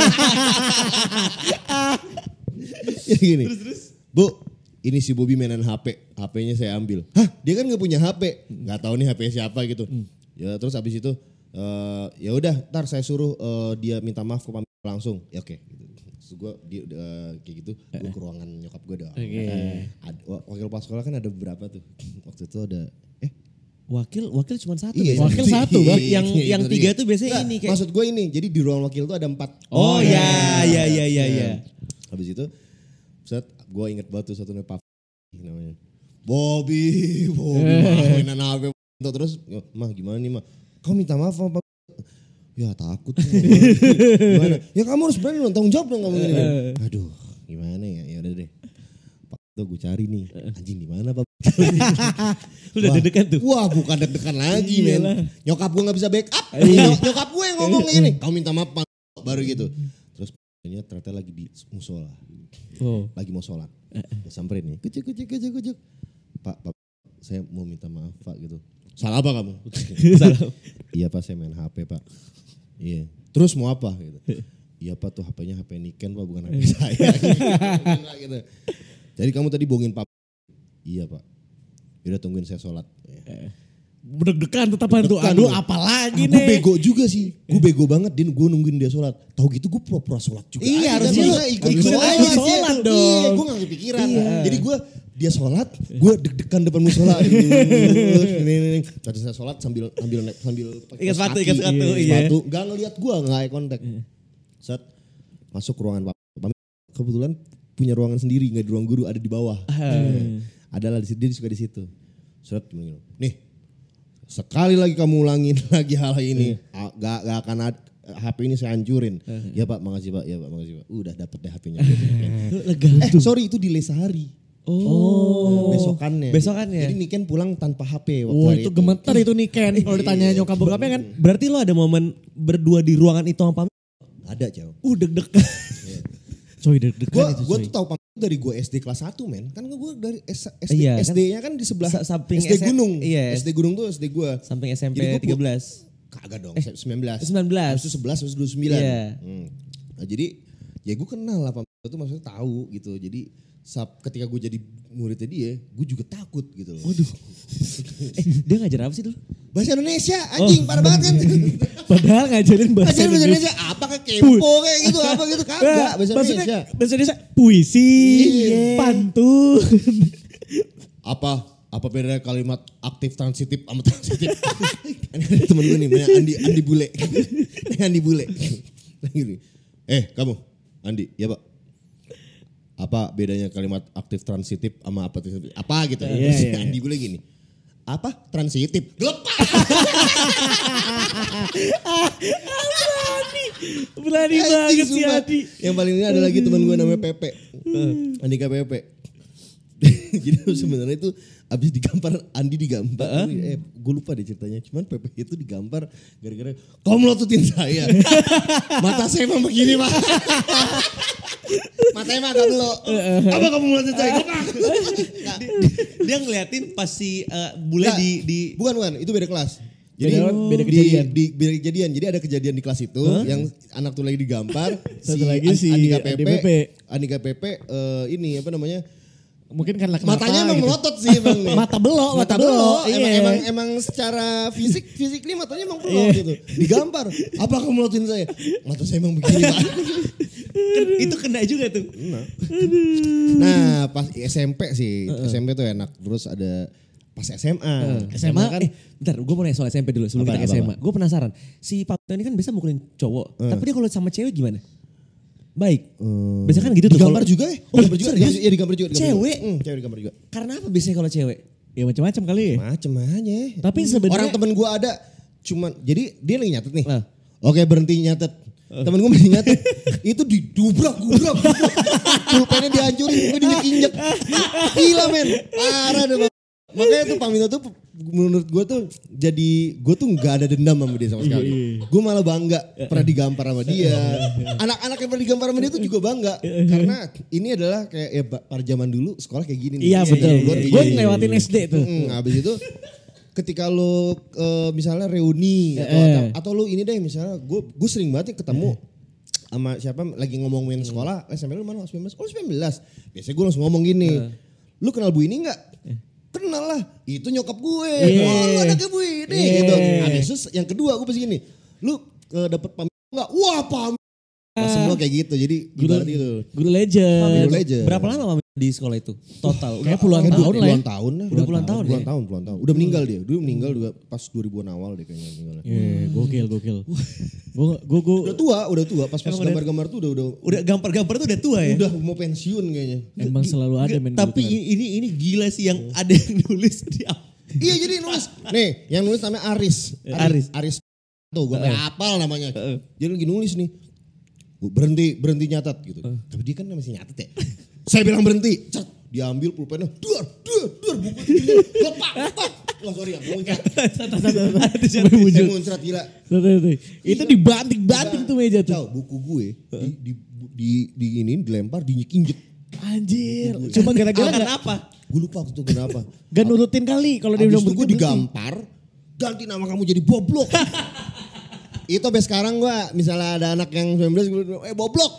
Ya gini. Terus, terus. Bu, ini si Bobby mainan H P. H P-nya saya ambil. Hah, dia kan gak punya H P. Gak tahu nih H P siapa gitu. Ya terus habis itu uh, ya udah, ntar saya suruh uh, dia minta maaf ke Pak langsung. Ya oke. Gitu. Terus gue dia uh, kayak gitu, gue ke ruangan nyokap gue dong. Oke. Ada, wakil pas sekolah kan ada beberapa tuh. Waktu itu ada eh Wakil, wakil cuma satu. Iya, biasanya. wakil satu, Bang. Yang Iya, yang itu tiga dia. tuh biasanya Nggak, ini kayak. Maksud gue ini, jadi di ruang wakil tuh ada empat. Oh ya, ya, ya, ya, ya. Habis itu, set, gue inget banget tuh satu namanya Pak namanya. Bobby, Bobby mainan H P. Terus, mah gimana nih mah? Kau minta maaf apa? Ya takut. Gimana? Ya kamu harus berani dong, tanggung jawab dong ngomong gini. Aduh, gimana ya? Ya udah deh. Pak tuh gue cari nih. Anjing di mana Pak? Udah Wah, deg-degan tuh. Wah bukan deg-degan lagi men. Nyokap gue gak bisa backup. Iya. Nyok- Nyokap gue yang ngomong kayak gini. Kau minta maaf Pak. Baru gitu. Terus ternyata lagi di musola. Oh. Lagi mau sholat. Gue samperin nih. Kucuk kucuk kucuk kucuk. Pak, Pak, saya mau minta maaf Pak gitu. Salah apa kamu? Salah. Iya Pak, saya main H P Pak. Iya. Terus mau apa gitu? Iya Pak, tuh H P-nya H P Niken Pak, bukan H P saya. Gitu. Jadi kamu tadi bohongin Pak. Iya Pak. Udah tungguin saya sholat. Deg-degan tetapan tuh. Deg-degan Aduh gue. apalagi Gue nih. bego juga sih. Gue bego banget din. Gue nungguin dia sholat. Tahu gitu gue pura-pura sholat juga. Iya, aja, harusnya kan, lu masa ikut ikut sholat, aja sih. sholat dong. Iya, gue gak kepikiran. Jadi gue dia sholat, gue deg-degan depan musola. Tadi saya sholat sambil sambil sambil pakai Ikat kaos sepatu, kaki. ikat sepatu, iya. Sepatu. Gak ngeliat gue, gak eye contact. Set, masuk ke ruangan Pak. Kebetulan punya ruangan sendiri, gak di ruang guru, ada di bawah. Adalah di situ, dia suka di situ. Set, nih. Sekali lagi kamu ulangin lagi hal ini, uh. gak, gak akan ada, H P ini saya hancurin. Uh. Ya Pak, makasih Pak. Ya Pak, makasih Pak. Udah dapet deh H P-nya. Lega eh tuh. sorry itu delay sehari. Oh. Besokannya. Besokannya. Jadi Niken pulang tanpa H P waktu Wah hari itu gemetar itu nih Ken. Kalau ditanya nyokap bokapnya kan. Berarti lo ada momen berdua di ruangan itu sama Pam? Ada jauh. Uh deg-degan. Coy deg-degan Gue itu gue coy. tuh tahu Pam dari gue S D kelas satu men. Kan gue dari S, SD, Iya, kan? S D-nya kan di sebelah Sa- samping S D S M Gunung. iya. S D Gunung tuh S D gue. Samping S M P Jadi gua pu- tiga belas. Kagak dong, sembilan belas. sembilan belas. Habis itu sebelas, habis itu dua puluh sembilan. Iya. Hmm. Nah, jadi ya gue kenal lah Pam itu maksudnya tahu gitu. Jadi sab, ketika gue jadi muridnya dia, gue juga takut gitu loh. Waduh. Eh dia ngajar apa sih dulu? Bahasa Indonesia anjing parah banget kan. Padahal ngajarin bahasa Ngajarin bahasa Indonesia. Indonesia apa kayak kepo kayak gitu apa gitu kagak bahasa Maksudnya Indonesia. bahasa Indonesia puisi, Iya. pantun. Apa apa bedanya kalimat aktif transitif sama transitif? Ini ada temen gue nih, namanya Andi Andi Bule. Andi Bule. Gini. Eh kamu Andi, ya Pak. Apa bedanya kalimat aktif transitif sama apa transitif? Apa gitu? Iya, Terus si iya, Andi Bule gini. Apa transitif? Gelepak. Berani Anjing, banget si sumpah. Adi. Yang paling ini ada lagi teman gue namanya Pepe. Andika Pepe. Jadi sebenarnya itu abis digampar, Andi digampar. Eh, gue lupa deh ceritanya. Cuman Pepe itu digampar gara-gara kau melototin saya. Mata saya emang begini Pak. Matanya emang agak belok. Apa kamu melototin saya? Nggak. Dia ngeliatin pas si uh, bule Nggak. di di Bukan, bukan. Itu beda kelas. Jadi Beda- beda di- kejadian. Di, beda kejadian. Jadi ada kejadian di kelas itu yang anak tuh lagi digampar. Satu lagi An- si Andika Andi Pepe. Pepe. Andika Pepe eh, ini apa namanya? Mungkin karena kenapa Matanya emang gitu. melotot sih emang nih. Mata belok, mata, Mata belok. belok. Emang, Iya. emang emang secara fisik fisikly matanya emang belok gitu. Digampar. Apa kamu melototin saya? Mata saya emang begini Pak. Kan itu kena juga tuh. Nah pas S M P sih, S M P tuh enak. Terus ada pas S M A. S M A kan, eh, bentar, gue mau nanya soal S M P dulu sebelum Apa, kita ke apa, S M A. Gue penasaran, si Pak ini kan biasa mukulin cowok, Hmm. tapi dia kalau sama cewek gimana? Baik. Hmm. Biasanya kan gitu tuh. Digambar kalau- juga ya? Oh, Digambar juga, serius? digambar, iya digambar juga. digambar Cewek? juga. Hmm, cewek digambar juga. Karena apa biasanya kalau cewek? Ya macam-macam kali ya. Macem aja. Tapi sebenarnya Orang temen gue ada, cuman, jadi dia lagi nyatet nih. Nah. Oke berhenti nyatet. Temen gue masih nyatet. Itu didubrak, gubrak, gubrak. Pulpennya dihancurin, gue diinjek-injek. Gila men, parah deh bang. Makanya tuh Pamito tuh menurut gue tuh jadi, gue tuh gak ada dendam sama dia sama sekali. Gue malah bangga pernah digampar sama dia. Anak-anak yang pernah digampar sama dia tuh juga bangga. Karena ini adalah kayak ya pada zaman dulu sekolah kayak gini. nih. iya betul. Duluan kayak Gue gini. ngelewatin S D tuh. Mm, habis itu ketika lo eh, misalnya reuni atau, Eh. atau, atau lo ini deh misalnya gue gue sering banget ya ketemu sama siapa lagi ngomongin sekolah S M P lu mana sembilan belas oh sembilan belas biasanya gue langsung ngomong gini lu kenal Bu ini nggak kenal lah itu nyokap gue Iya. oh lu anaknya Bu ini Iya. gitu habis itu yang kedua gue pasti gini lu eh, dapet pam nggak wah pam semua kayak gitu jadi Guru, ibarat gitu guru legend. Guru legend. Berapa lama Mami di sekolah itu? Total. Kayak puluhan Kayak tahun dua- lah ya. puluhan tahun lah. Udah puluhan tahun Puluhan ya? tahun, puluhan tahun. Udah meninggal dia. Dulu meninggal juga pas dua ribuan awal deh kayaknya meninggalnya. Iya, gokil, gokil. Gue gue gue Udah tua, udah tua. Pas pas Emang udah- gambar-gambar tuh udah udah Udah gambar-gambar tuh udah tua ya? udah mau pensiun kayaknya. emang selalu ada men. Tapi gitu kan. ini ini gila sih yang ada yang nulis di Iya jadi nulis. Nih, yang nulis namanya Aris. Aris. Aris. Tuh gue kayak hafal namanya. Dia lagi nulis nih. Gua berhenti, berhenti nyatet gitu. Tapi dia kan masih nyatet ya. Saya bilang berhenti. Cet, diambil pulpennya. Duar, duar, duar. Buku ini. Lepak, lepak. Oh sorry ya, muncrat. Saya muncul. muncrat gila. Tuh, tuh, tuh. Itu dibanting-banting tuh meja tuh. Tahu buku gue di, di, di, di ini dilempar, diinjek-injek. Anjir. Cuma gara-gara Karena gak, apa? Gue lupa waktu itu kenapa. gak nurutin kali. Kalau dia Habis bilang itu gue berhenti, berhenti. digampar, ganti nama kamu jadi Boblok. Itu sampai sekarang gue misalnya ada anak yang sembilan belas gue bilang, eh Boblok.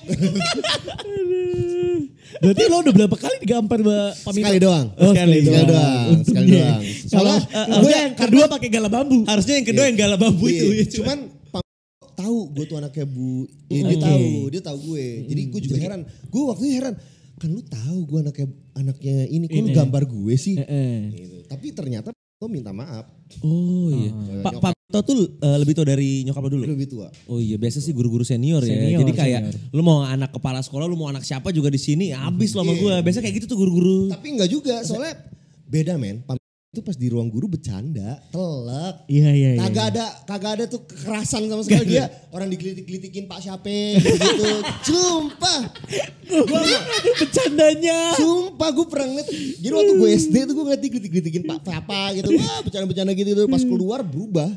Berarti lo udah berapa kali digampar Mbak Pamito? Sekali doang. Oh, sekali, sekali doang. doang. Sekali Untungnya. doang. Soalnya Kalau gue yang kedua pakai gala bambu. Harusnya yang kedua yang galak bambu Iya, itu. ya, cuman Pam tahu gue tuh anaknya Bu. Ya, dia Oke. tahu, dia tahu gue. Jadi gue juga heran. Gue waktu itu heran. Kan lu tahu gue anaknya anaknya ini, kok lu Ini. gambar gue sih? Heeh. Gitu. Tapi ternyata lo minta maaf. Oh iya. Oh. Pak Pak Mito tuh eh, lebih tua dari nyokap lo dulu. Dia lebih tua. Oh iya, biasa sih guru-guru senior, ya. Senior, Jadi kayak senior. lu mau anak kepala sekolah, lu mau anak siapa juga di sini, habis lo sama Iya. gue. Biasa kayak gitu tuh guru-guru. Tapi enggak juga, soalnya beda men. Pam itu pas di ruang guru bercanda, telek. Iya, iya, iya. Kagak ada, kagak ada tuh kekerasan sama sekali dia. Orang digelitik-gelitikin Pak Syape gitu. Sumpah. Gua Bercandanya. Sumpah gue pernah ngeliat. Jadi waktu gue S D tuh gue ngeliat digelitik-gelitikin Pak Siapa gitu. Wah bercanda-bercanda gitu. Pas keluar berubah.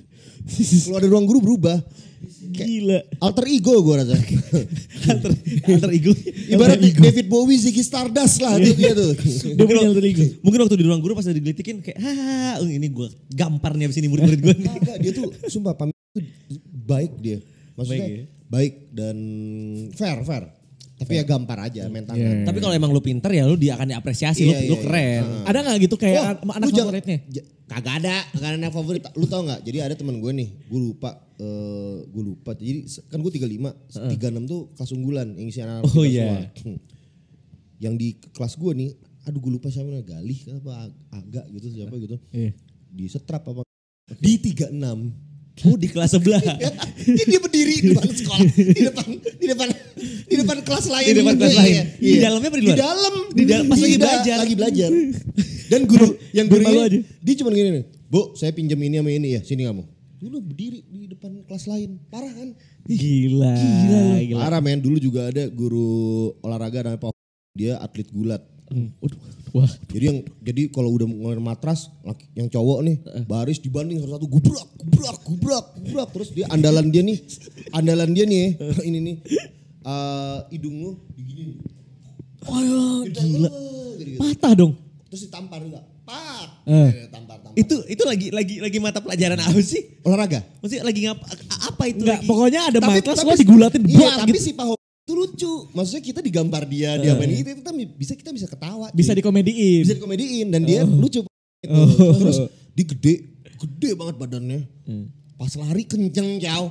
Keluar dari ruang guru berubah. Gila. Alter ego gue rasa. Alter, alter ego. Ibarat David Bowie, Ziggy Stardust lah tuh dia tuh. Dia punya alter ego. Mungkin waktu di ruang guru pas ada digelitikin kayak, hahaha ini gue gamparnya abis ini murid-murid gue. Kagak, dia tuh sumpah Pam itu baik dia. Maksudnya Baik baik, ya? dan fair, fair. Tapi ya gampar aja, main tangan. Iya. Tapi kalau emang lu pinter ya lu dia akan diapresiasi, Iya, lu, lu iya, keren. iya. Ada gak gitu kayak Wah, an- anak lu jangan- favoritnya? Ja- Kagak ada, kagak ada anak favorit. Lu tau gak? Jadi ada teman gue nih, gue lupa, eh gue lupa. Jadi se- kan gue tiga puluh lima, tiga puluh enam tuh kelas unggulan yang isi anak-anak Oh, kita iya. semua. Hmm. Yang di kelas gue nih, aduh gue lupa siapa namanya, Galih apa Ag- Aga gitu siapa gitu. Iya. Di setrap apa? Di tiga puluh enam. Oh di kelas sebelah. Ya, dia, dia berdiri di depan sekolah, di depan di depan di depan kelas lain. Di depan gitu, kelas iya, lain. iya. Di dalamnya apa di luar? Di dalam. Di dalam, pas lagi Tidak, belajar. Lagi belajar. Dan guru yang Biar malu gurunya aja. dia cuma gini nih, Bu, saya pinjam ini sama ini ya, sini kamu. Dulu berdiri di depan kelas lain, parah kan? Gila. Gila. Parah men, dulu juga ada guru olahraga namanya Pak. Dia atlet gulat. Hmm. Waduh. Wah. Jadi yang jadi kalau udah ngeluarin matras, laki- yang cowok nih baris dibanding satu-satu gubrak, gubrak, gubrak, gubrak. Terus dia andalan dia nih, andalan dia nih, ini nih, eh hidung lu digini. Wah, gila. Gitu-gitu. Patah dong. Terus ditampar juga, pak, Eh. tampar, tampar. Itu itu lagi lagi lagi mata pelajaran apa sih? olahraga. Maksudnya lagi ngapa apa itu Enggak, lagi? pokoknya ada Tapi- matras tapi- lo digulatin Iya, buat tapi gitu. si Pak Ho itu lucu. Maksudnya kita digambar dia, dia main gitu, kita bisa kita bisa ketawa. Bisa cuy. dikomediin. bisa dikomediin dan dia lucu. Gitu. Oh. Terus dia gede, gede banget badannya. Pas lari kenceng jauh.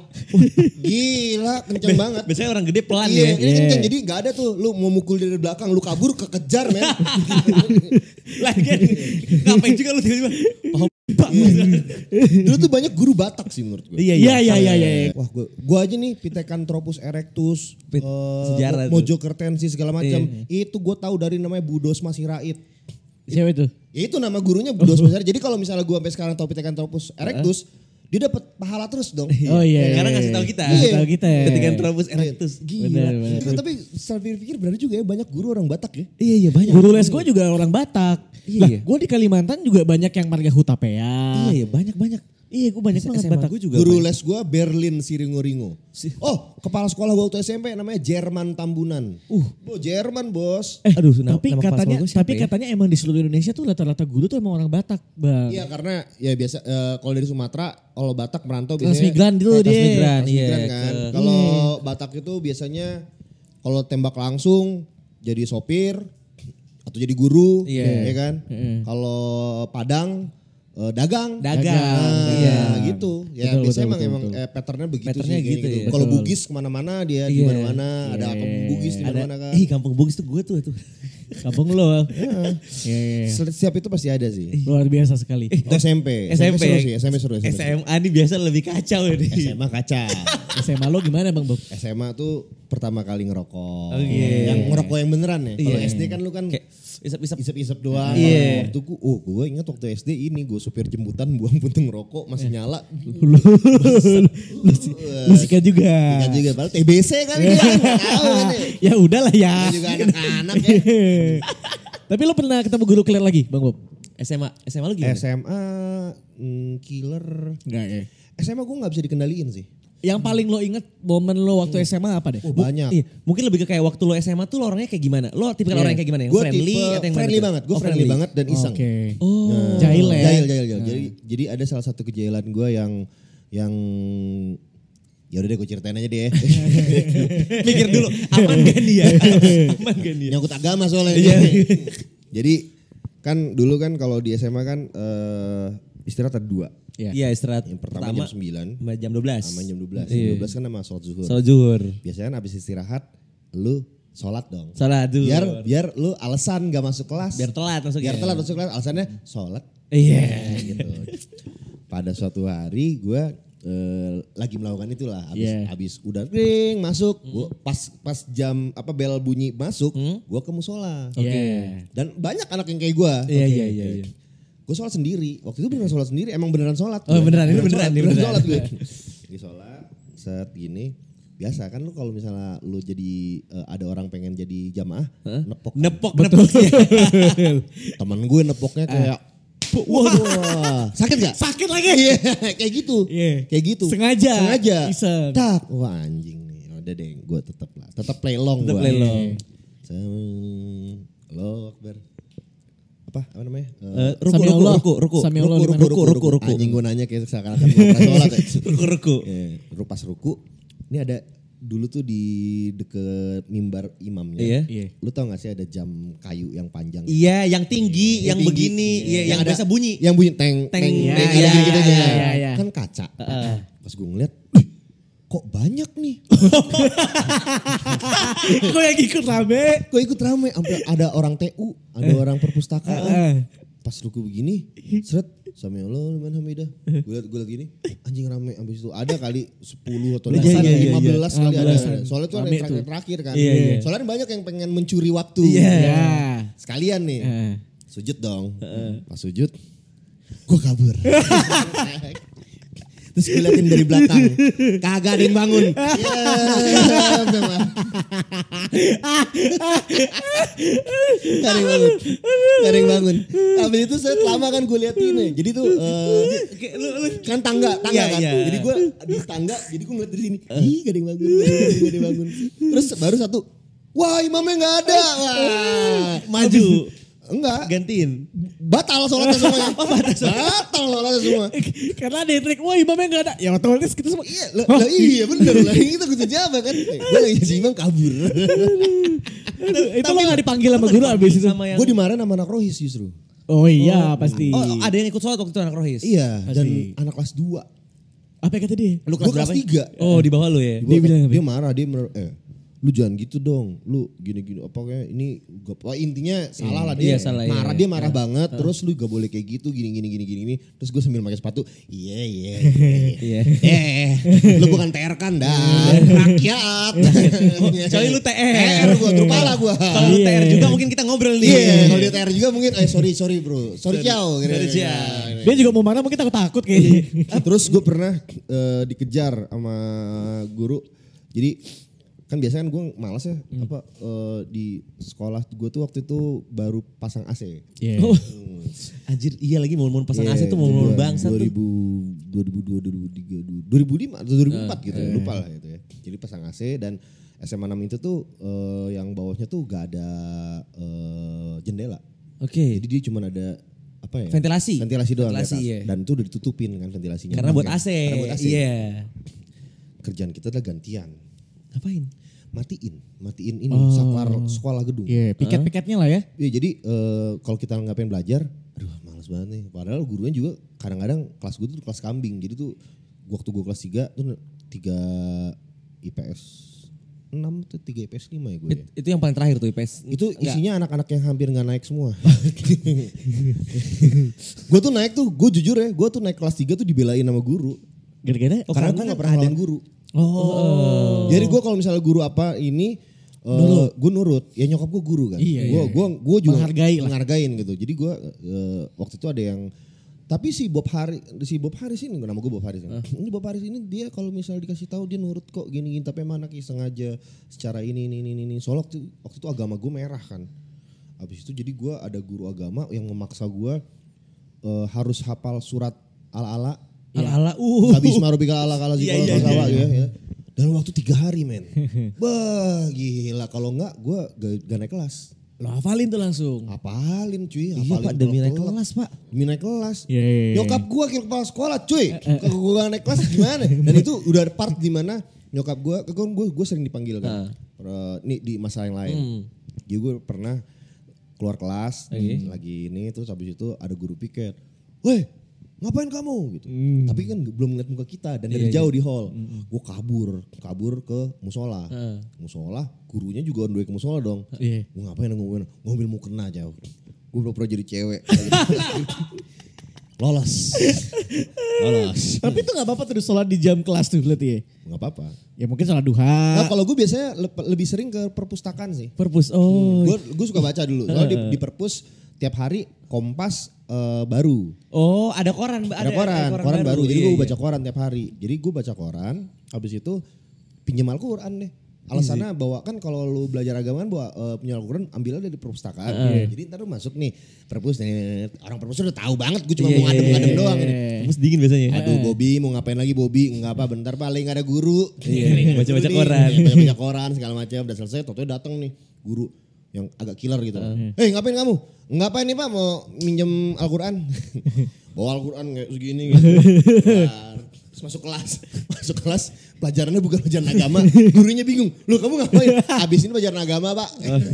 Gila, kenceng banget. Biasanya orang gede pelan Iya, ya. ini kenceng. Jadi gak ada tuh lu mau mukul dari belakang, lu kabur kekejar men. Lagian ngapain juga lu tiba-tiba. Oh, Pak. Dulu tuh banyak guru Batak sih menurut gue. Iya Iya iya iya iya. Wah gue, gue aja nih Pithecanthropus erectus, Pit- eh, sejarah tuh. Mojokertensis segala macam. Iya. Itu gue tahu dari namanya Budos Masirait. Siapa itu? Ya itu nama gurunya Budos Masirait. Jadi kalau misalnya gue sampai sekarang tahu Pithecanthropus erectus, dia dapat pahala terus dong. Oh iya. Karena ngasih tahu kita. Ngasih tahu kita ya. Ketika Tropus erectus. Gila. Benar, benar. Itu, tapi setelah pikir-pikir benar juga ya banyak guru orang Batak ya. Iya iya banyak. Guru les gue juga orang Batak. Iya, Lah iya. gue di Kalimantan juga banyak yang marga Hutapea. Iya iya banyak banyak. Iya gue banyak banget S M A Batak. gue juga Guru banyak. les gue Berlin Siringo-Ringo. Oh kepala sekolah gue waktu S M P namanya Jerman Tambunan. Uh, oh, Jerman bos. Eh, Aduh, nama- tapi nama kepala katanya sekolah gua siapa tapi ya? katanya emang di seluruh Indonesia tuh rata-rata guru tuh emang orang Batak, Bang. Iya karena ya biasa eh, kalau dari Sumatera kalau Batak merantau biasanya Transmigran gitu eh, dia. transmigran, Iya, transmigran kan. ke- Kalau Batak itu biasanya kalau tembak langsung jadi sopir atau jadi guru, Iya. ya kan. Kalau Padang eh, dagang, Dagang, Nah, iya. gitu. Ya Betul, biasanya betul, emang betul, emang betul. eh, patternnya begitu Patternnya sih. kayak gitu ya. Kalau Betul. Bugis kemana-mana dia di Iya. mana-mana ada Iya, kampung iya, Bugis di iya. mana-mana kan. Ih kampung Bugis tuh gue tuh tuh. Kampung lo. Iya. iya. Setiap itu pasti ada sih. Luar biasa sekali. Itu S M P. S M P seru ya? sih, S M P seru. S M P S M A nih biasa lebih kacau ya nih. S M A kaca. S M A lo gimana Bang Bob? S M A tuh pertama kali ngerokok. Oh, iya. Yang ngerokok yang beneran ya. Kalau Iya. S D kan lu kan Kayak isep-isep. isep-isep doang. Iya. Waktu ku, oh gue ingat waktu S D ini gue supir jemputan buang puntung rokok masih nyala. Lu, lu, lu sikat juga. Ingat juga, padahal T B C kan dia. Nggak tahu kan ya. Ya udahlah ya. Dia juga anak-anak ya. Tapi lo pernah ketemu guru killer lagi Bang Bob? S M A S M A lu gimana? S M A mm, killer. Enggak ya. S M A gue gak bisa dikendaliin sih. Yang paling lo inget momen lo waktu S M A apa deh? Oh banyak. Iya, mungkin lebih ke kayak waktu lo S M A tuh lo orangnya kayak gimana? Lo tipikal Iya. orang yang kayak gimana? Yang Gue friendly tipe atau yang mana friendly tuh? banget. Gue Oh, friendly banget dan iseng. Oke. Oh. Nah, Jahil ya? Jahil, jahil, jahil. Jadi, jadi ada salah satu kejailan gue yang yang ya udah deh gue ceritain aja deh. ya. Mikir dulu, aman gak nih ya? Aman gak nih ya? Nyangkut agama soalnya. Iya. Jadi kan dulu kan kalau di S M A kan eh, istirahat ada dua. Iya. Iya istirahat. Yang pertama, jam sembilan sama jam dua belas. sama jam dua belas. Iya. Jam dua belas kan sama sholat zuhur. Sholat zuhur. Biasanya kan abis istirahat lu sholat dong. Sholat zuhur. Biar biar lu alasan gak masuk kelas. Biar telat masuknya. Biar telat masuk kelas alasannya sholat. Iya. gitu. Pada suatu hari gue eh, lagi melakukan itulah abis, Yeah. abis udah ring masuk gua pas pas jam apa bel bunyi masuk gue ke musola. Oke. Yeah. Dan banyak anak yang kayak gue. Iya, iya, iya, iya. Gue sholat sendiri. Waktu itu beneran sholat sendiri. Emang beneran sholat. Oh, gua. beneran, ini beneran, sholat, ini beneran. sholat gue. Lagi sholat, set gini. Biasa kan lu kalau misalnya lu jadi eh, ada orang pengen jadi jamaah, nepok. Nepok, nepok. Temen gue nepoknya kayak, wah, sakit gak? Sakit lagi. Iya, kayak gitu. Iya. Kayak gitu. Sengaja. Sengaja. Iseng. Tak, wah anjing nih. Udah deh, gue tetap lah. Tetap play long Tetap gue. play long. Halo Akbar. Apa? Apa namanya? Eh, Eh, Ruku, Sami ruku, Allah. ruku, ruku. Sami ruku, Allah ruku, gimana? ruku, ruku, ruku. Anjing gue nanya kayak seakan-akan gue pernah sholat ya. Ruku, ruku. Eh, ru- pas ruku. Ini ada dulu tuh di deket mimbar imamnya. Iya. Iya. Lu tau gak sih ada jam kayu yang panjang? Iya, yang tinggi, yang tinggi. begini, iya, yang ada- biasa bunyi. Yang bunyi teng Teng, teng iya, teng, iya, ada gitu iya, ya. iya, iya. Kan kaca. Heeh. Pas gue ngeliat, "Wih, kok banyak nih?" Gue yang ikut rame. Gue ikut rame, sampai ada orang T U, ada orang perpustakaan. Pas ruku begini, seret, Sami Allah liman hamidah. Gue liat, gue liat gini, anjing rame. Abis itu ada kali sepuluh atau Iya, iya, iya, lima belas iya. kali ada. lima belas. Soalnya tuh ada Rame yang tuh. terakhir kan. Iya, iya. Soalnya banyak yang pengen mencuri waktu. Iya. Ya. Sekalian nih, Eh. sujud dong. Pas sujud, gue kabur. Terus gue liatin dari belakang, kagak ada yang bangun. Ya, memang. Gak ada yang bangun, gak ada yang bangun. Habis itu saya lama kan gue liatin nih. Jadi tuh eh, kan tangga, tangga Iya, kan. iya. Jadi gue di tangga, jadi gue ngeliat dari sini. Ih gak ada yang bangun, gak ada yang bangun, gak ada yang bangun. Terus baru satu, wah imamnya gak ada. Wah, Maju. Enggak, Gantiin. batal sholatnya semuanya. Oh, batal sholatnya semua. Karena ada yang trik, wah imamnya gak ada. Ya otomatis kita semua. Iya, lah, lah iya bener lah. Itu gue jawab kan. Eh, gue lagi jadi imam kabur. Itu lo gak dipanggil sama guru abis itu. Sama yang... Gue dimarahin sama anak rohis justru. Oh iya pasti. Oh, ada yang ikut sholat waktu itu anak rohis? Iya, dan Pasti. anak kelas dua. Apa yang kata dia? Lu Gue kelas kelas berapa? tiga. Oh, di bawah lu ya? Dia bilang apa? Dia marah, dia mer- eh lu jangan gitu dong, lu gini-gini apa kayak ini gak, oh, intinya salah lah Iya, dia, salah, marah iya. dia marah banget, terus lu gak boleh kayak gitu gini-gini gini-gini gini, terus gue sambil pakai sepatu, iya iya iya, eh lu bukan T R kan dan rakyat, Kecuali lu T R. T R gue, terpala gue, Kalau lu T R juga mungkin kita ngobrol nih. iya kalau dia T R juga mungkin, eh sorry sorry bro, sorry ciao, Sorry, ciao. Dia juga mau marah mungkin takut-takut kayaknya. Terus gue pernah eh, dikejar sama guru, jadi kan biasanya kan gue malas ya Hmm. apa eh, di sekolah gue tuh waktu itu baru pasang A C. Iya. Oh, anjir iya lagi mau-mau pasang A C tuh mau mau bangsa tuh. dua ribu dua ribu dua, dua ribu tiga, dua ribu lima atau dua ribu empat gitu ya, lupa lah gitu ya. Jadi pasang A C dan S M A enam itu tuh eh, yang bawahnya tuh gak ada eh, jendela. Oke. Jadi dia cuma ada apa ya? Ventilasi. Ventilasi doang Ventilasi, di atas. iya. Dan itu udah ditutupin kan ventilasinya. Karena buat Pakai- A C. Karena buat A C. Iya. Kerjaan kita adalah gantian. Ngapain? Matiin, matiin ini Oh. saklar sekolah gedung. Iya, piket-piketnya lah ya. Iya jadi eh, kalau kita nggak pengen belajar, aduh males banget nih. Padahal gurunya juga kadang-kadang kelas gue tuh kelas kambing. Jadi tuh waktu gue kelas tiga tuh tiga I P S enam tuh tiga I P S lima ya gue ya. It- itu yang paling terakhir tuh I P S. Itu Enggak. isinya anak-anak yang hampir nggak naik semua. Gue tuh naik tuh, gue jujur ya, gue tuh naik kelas tiga tuh dibelain sama guru. Gara-gara Oh, karena karena gue kan nggak pernah ada- lawan guru. Oh. Jadi gue kalau misalnya guru apa ini, uh, gue nurut. Ya nyokap gue guru kan. Iya, Gue iya. gua gue juga Menghargai lah. menghargain gitu. Jadi gue uh, waktu itu ada yang, tapi si Bob Haris, si Bob Haris ini, nama gue Bob Haris. Uh. Ini Bob Haris ini dia kalau misalnya dikasih tahu dia nurut kok gini-gini. Tapi emang anaknya sengaja secara ini ini ini ini. Soalnya waktu, waktu itu agama gue merah kan. Habis itu jadi gue ada guru agama yang memaksa gue uh, harus hafal surat ala-ala. ala-ala uh. Habis marubika ala kala Iya, zikol iya, kasawa iya. ya, ya. Dalam waktu tiga hari men. Bah gila kalau enggak gue gak, gak naik kelas. Lo hafalin tuh langsung. Hafalin cuy. Iya Hafalin Pak demi naik telak-telak. kelas Pak. Demi naik kelas. Iya, iya, iya. Nyokap gue kira kepala sekolah cuy. Kalau gue gak naik kelas gimana. Dan itu udah ada part di mana nyokap gue, kan gue, gue sering dipanggil kan. Uh. Nih di masa yang lain. Hmm. Jadi gue pernah keluar kelas. Oke. Lagi ini terus habis itu ada guru piket. Weh ngapain kamu gitu. Hmm. Tapi kan belum ngeliat muka kita dan Iya, dari jauh di hall. Gue kabur, kabur ke musola. Heeh. Musola, gurunya juga on the way ke musola dong. Iya. Gue ngapain ngapain, mobil mau kena jauh. Gue pura-pura jadi cewek. Lolos. Lolos. Tapi itu gak apa-apa tuh sholat di jam kelas tuh berarti ya? Gak apa-apa. Ya mungkin sholat duha. Nah, kalau gue biasanya lep- lebih sering ke perpustakaan sih. Perpus. Oh. Gue gue suka baca dulu. Soalnya di, di perpus tiap hari Kompas eh, baru. Oh ada koran. Ada, koran, koran, baru. Jadi Iya, gue iya. baca koran tiap hari. Jadi gue baca koran, habis itu pinjam Al-Quran deh. Alasannya bahwa kan kalau lu belajar agama kan bawa uh, punya Al-Quran ambilnya dari perpustakaan. Jadi ntar lu masuk nih perpus nih. Orang perpus udah tahu banget gue cuma Iya, mau ngadem-ngadem iya, doang ini. Terus dingin biasanya. Aduh Bobby mau ngapain lagi Bobby? Enggak apa bentar paling ada guru. Iya, baca-baca Nih, koran. iya, Baca-baca koran segala macam. Udah selesai tau-tau datang nih guru yang agak killer gitu. Eh ngapain kamu? Ngapain nih Pak mau minjem Al-Quran? Bawa Al-Quran kayak segini gitu. Nah, terus masuk kelas. Masuk kelas pelajarannya bukan pelajaran agama. Gurunya bingung. Loh kamu ngapain? Habis ini pelajaran agama Pak.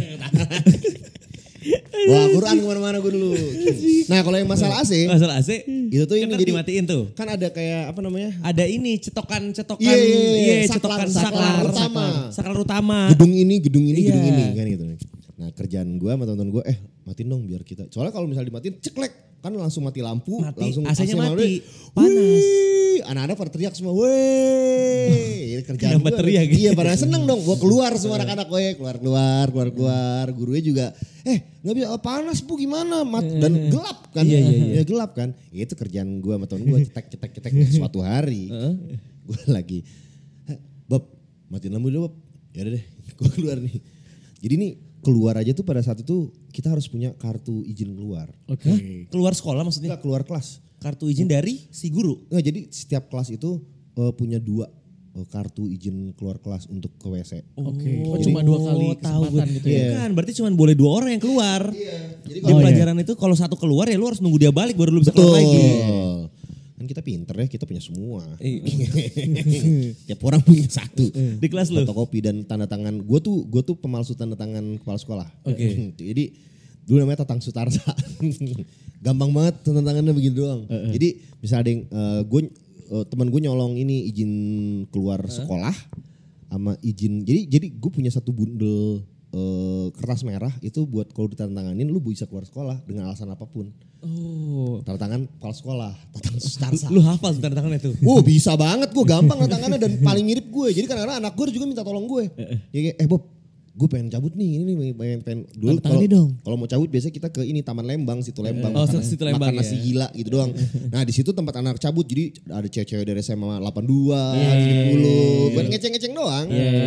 Bawa Al-Quran kemana-mana gue dulu. Nah kalau yang masalah A C. Masalah A C. Itu tuh ini Kan jadi dimatiin tuh. kan ada kayak apa namanya? Ada ini cetokan-cetokan. Iya, iya, iya. Saklar- cetokan saklar saklar. utama. Saklar utama. Gedung ini, gedung ini, Iya. gedung ini kan gitu. Nah kerjaan gue sama teman-teman gue, eh matiin dong biar kita. Soalnya kalau misalnya dimatiin ceklek kan langsung mati lampu, Mati, langsung A C-nya malu. mati, panas. Wih, anak-anak pada teriak semua, weh. Ini kerjaan Kenapa gue. teriak? Iya, pada seneng dong. Gue keluar semua anak-anak gue, keluar keluar, keluar keluar. Gurunya juga, eh nggak bisa, oh, panas bu gimana? Mat dan gelap kan? Iya, iya, iya. Ya, gelap kan? Itu kerjaan gue sama temen gue, cetek cetek cetek. Suatu hari, gue lagi, "Eh, Bob, matiin lampu dulu Bob. Ya udah deh, gue keluar nih. Jadi nih keluar aja tuh pada saat itu kita harus punya kartu izin keluar. Oke. Hah? Keluar sekolah maksudnya? Kita keluar kelas. Kartu izin dari si guru. Nggak, jadi setiap kelas itu eh, punya dua eh, kartu izin keluar kelas untuk ke W C. Oke. Oh, Oh, cuma dua kali tahu kesempatan gue. gitu ya. Bukan, berarti cuma boleh dua orang yang keluar. Jadi Di pelajaran itu kalau satu keluar ya lu harus nunggu dia balik baru lu bisa keluar lagi. Kan kita pinter ya, kita punya semua. Iya. Tiap orang punya satu. Di kelas lu. Fotokopi dan tanda tangan. Gue tuh gue tuh pemalsu tanda tangan kepala sekolah. Oke. Jadi dulu namanya Tatang Sutarsa. Gampang banget tanda tangannya begitu doang. Jadi misalnya ada yang gue teman gue nyolong ini izin keluar sekolah. sama izin. Jadi jadi gue punya satu bundel uh, kertas merah itu buat kalau ditandatanganin lu bisa keluar sekolah dengan alasan apapun. Oh. Tanda tangan kepala sekolah, tanda tangan Sustarsa. Lu hafal tanda tangannya tuh? Oh bisa banget, gue gampang tanda tangannya dan paling mirip gue. Jadi kadang-kadang anak gue juga minta tolong gue. Ya kayak, eh Bob, gue pengen cabut nih, ini nih pengen pengen dulu Tanda tangan dong. kalau mau cabut biasanya kita ke ini Taman Lembang, situ Lembang, Oh, makan, situ Lembang, makan nasi ya. gila gitu doang. Nah di situ tempat anak cabut, jadi ada cewek-cewek dari S M A delapan puluh dua, tujuh puluh, buat ngeceng-ngeceng doang.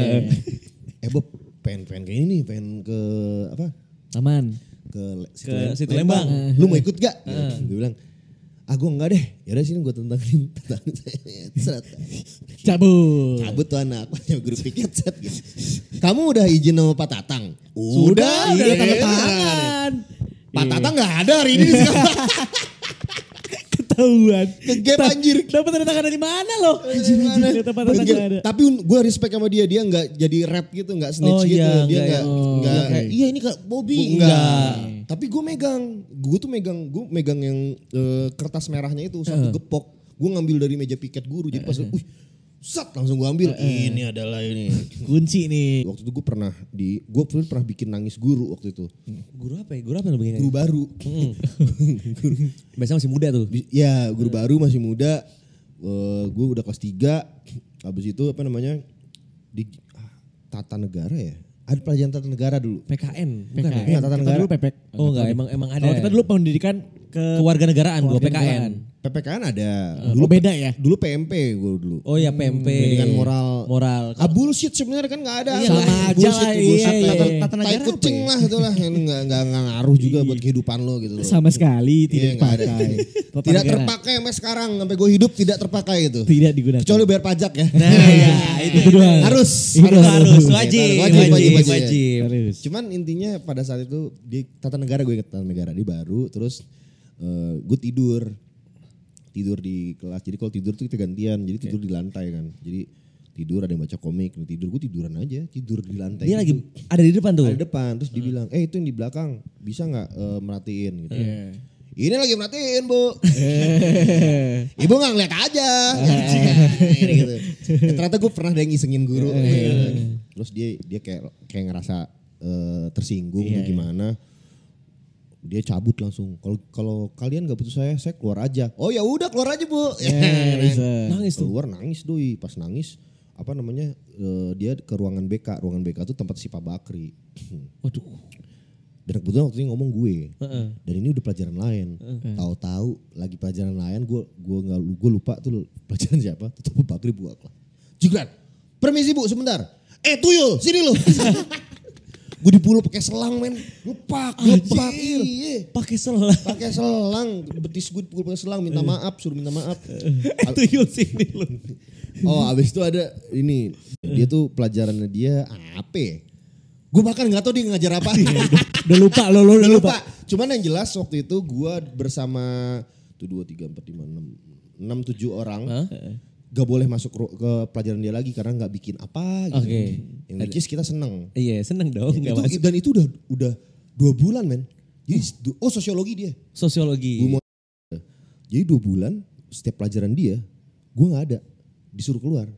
Eh Bob, pengen pengen kayak ini, pengen ke apa? Taman. Ke, situ, Ke Lem- situ Lembang. Lembang. Lu mau ikut gak? Ya, gue bilang, ah gue enggak deh. Yaudah sini gue tentangin. Seret. Cabut. Cabut tuh anak, guru piket set gitu. Kamu udah izin sama Pak Tatang? Sudah, udah iya, tanda iya. tangan. Pak Tatang gak ada hari ini di sekolah. Ketahuan. Ngegap anjir. Dapat tanda tangan dari mana lo? Anjir, anjir. Dapat tanda Anjir. tangan ada. Tapi gue respect sama dia, dia nggak jadi rap gitu, nggak snitch Oh, gitu. iya, Dia nggak nggak ya. nggak Oh, kayak, oke. iya ini kak Bobby. Enggak. Tapi gue megang, gue tuh megang, gue megang yang eh, kertas merahnya itu satu gepok. Gue ngambil dari meja piket guru, jadi pas, uh, sat langsung gue ambil. Ini adalah ini. Kunci nih. Waktu itu gue pernah di, gue pernah bikin nangis guru waktu itu. Guru apa ya? Guru apa yang lu bikin? Guru baru. Biasanya masih muda tuh. Bi- Ya guru baru masih muda. Uh, gue udah kelas tiga. Habis itu apa namanya di ah, tata negara ya. Ada pelajaran tata negara dulu. P K N, bukan P K N. ya? Iya, tata Kita negara. dulu P P K. Oh enggak, emang emang ada. Kalau kita dulu pendidikan ke kewarganegaraan gua P K N. Kewarganegaraan. P P K N ada. Oh beda ya? Dulu P M P gue dulu. Oh ya P M P. Pendidikan moral. Moral. Ah bullshit sebenarnya kan nggak ada. Iya, sama aja Bullshit, lah, bullshit. iya, iya. Tata, Tata tata negara negara apa kucing ya? lah itulah yang nggak nggak nggak ngaruh juga buat kehidupan lo gitu loh. Sama sekali tidak Iya, nggak ada. dipakai. Tata Tidak negara. terpakai sampai sekarang sampai gue hidup tidak terpakai itu. Tidak digunakan. Kecuali bayar pajak ya. Nah, ya, itu Itu doang. harus Itu harus harus Iya, wajib, wajib, wajib, wajib, wajib. wajib. Harus. Cuman intinya pada saat itu di tata negara gue inget tata negara dia baru terus eh, gue tidur tidur di kelas jadi kalau tidur tuh kita gantian jadi tidur di lantai kan jadi tidur ada yang baca komik tidur gue tiduran aja tidur di lantai Dia gitu. lagi ada di depan tuh. ada depan terus dibilang eh itu yang di belakang bisa nggak eh, merhatiin gitu ini lagi merhatiin bu ibu nggak ngeliat aja gitu. Ya, ternyata gue pernah ada yang ngisengin guru terus dia dia kayak kayak ngerasa eh, tersinggung atau gimana dia cabut langsung kalau kalau kalian nggak butuh saya saya keluar aja oh ya udah keluar aja bu bisa. nangis tuh keluar nangis doi pas nangis apa namanya eh, dia ke ruangan B K ruangan B K tuh tempat si Pak Bakri Waduh. dan kebetulan waktu itu ngomong gue dan ini udah pelajaran lain tahu-tahu lagi pelajaran lain gue gue nggak gue lupa tuh pelajaran siapa tuh Pak Bakri buat lah Jigran permisi bu sebentar eh tuyul sini lu gue dipuluh pakai selang men lepak lepak iya Pakai selang. pakai selang betis gue dipukul pakai selang minta maaf suruh minta maaf Tuyul sini lu. oh abis itu ada ini dia tuh pelajarannya dia apa ya? Gue bahkan nggak tahu dia ngajar apa Udah lupa lo, lo udah udah lupa. lupa cuman yang jelas waktu itu gue bersama tuh dua tiga empat lima enam enam tujuh orang gak boleh masuk ru- ke pelajaran dia lagi karena nggak bikin apa gitu. Oke. Yang which is kita seneng. Iya, seneng dong Ya, enggak itu, masuk. dan itu udah udah dua bulan men. Jadi du- oh sosiologi dia. Sosiologi. Gua mau- Jadi dua bulan setiap pelajaran dia gue nggak ada disuruh keluar.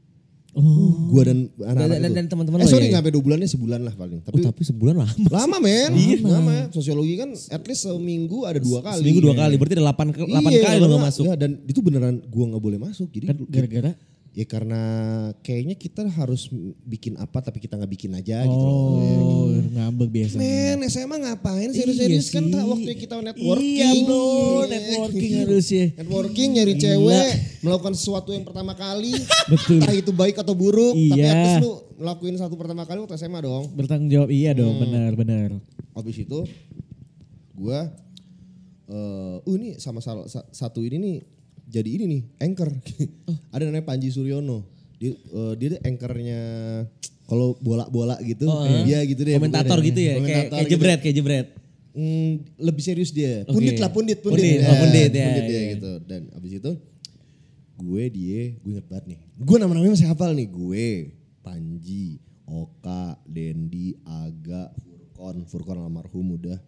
Oh. Gue dan anak-anak Dan- dan- itu. dan teman-teman eh lo sorry ya? nggak sampai dua bulannya sebulan lah paling. Oh, Tapi tapi sebulan lama. lama men. Lama. Sosiologi kan at least seminggu ada dua kali. Seminggu dua kali, berarti ada delapan ke- delapan Iya, kali lo karena- gak masuk. ya, dan itu beneran gue nggak boleh masuk. Jadi Kan gara-gara ya karena kayaknya kita harus bikin apa tapi kita nggak bikin aja gitu loh. oh ngambek biasanya. Men, S M A ngapain serius-serius Iya kan sih. tak waktunya kita networking. Iya bro, networking harusnya. Networking nyari cewek, melakukan sesuatu yang pertama kali. Betul. Entah itu baik atau buruk, tapi Iya. at least lu ngelakuin satu pertama kali waktu S M A dong. Bertanggung jawab iya dong, Hmm. benar benar. Habis itu gua eh uh, ini sama sal- sa- satu ini nih jadi ini nih anchor. Ada namanya Panji Suryono. Dia uh, dia tuh anchornya kalau bola-bola gitu, Oh, dia gitu deh. Komentator pokoknya. gitu ya, kayak Komentator kayak gitu. jebret, kayak jebret. Hmm, lebih serius dia. Oke. Pundit lah, pundit, pundit. Pundit, Ya, oh, pundit, ya, pundit dia iya. gitu. Dan abis itu gue, dia, gue inget banget nih. Gue nama-namanya masih hafal nih. Gue, Panji, Oka, Dendi, Aga, Furkon. Furkon almarhum udah.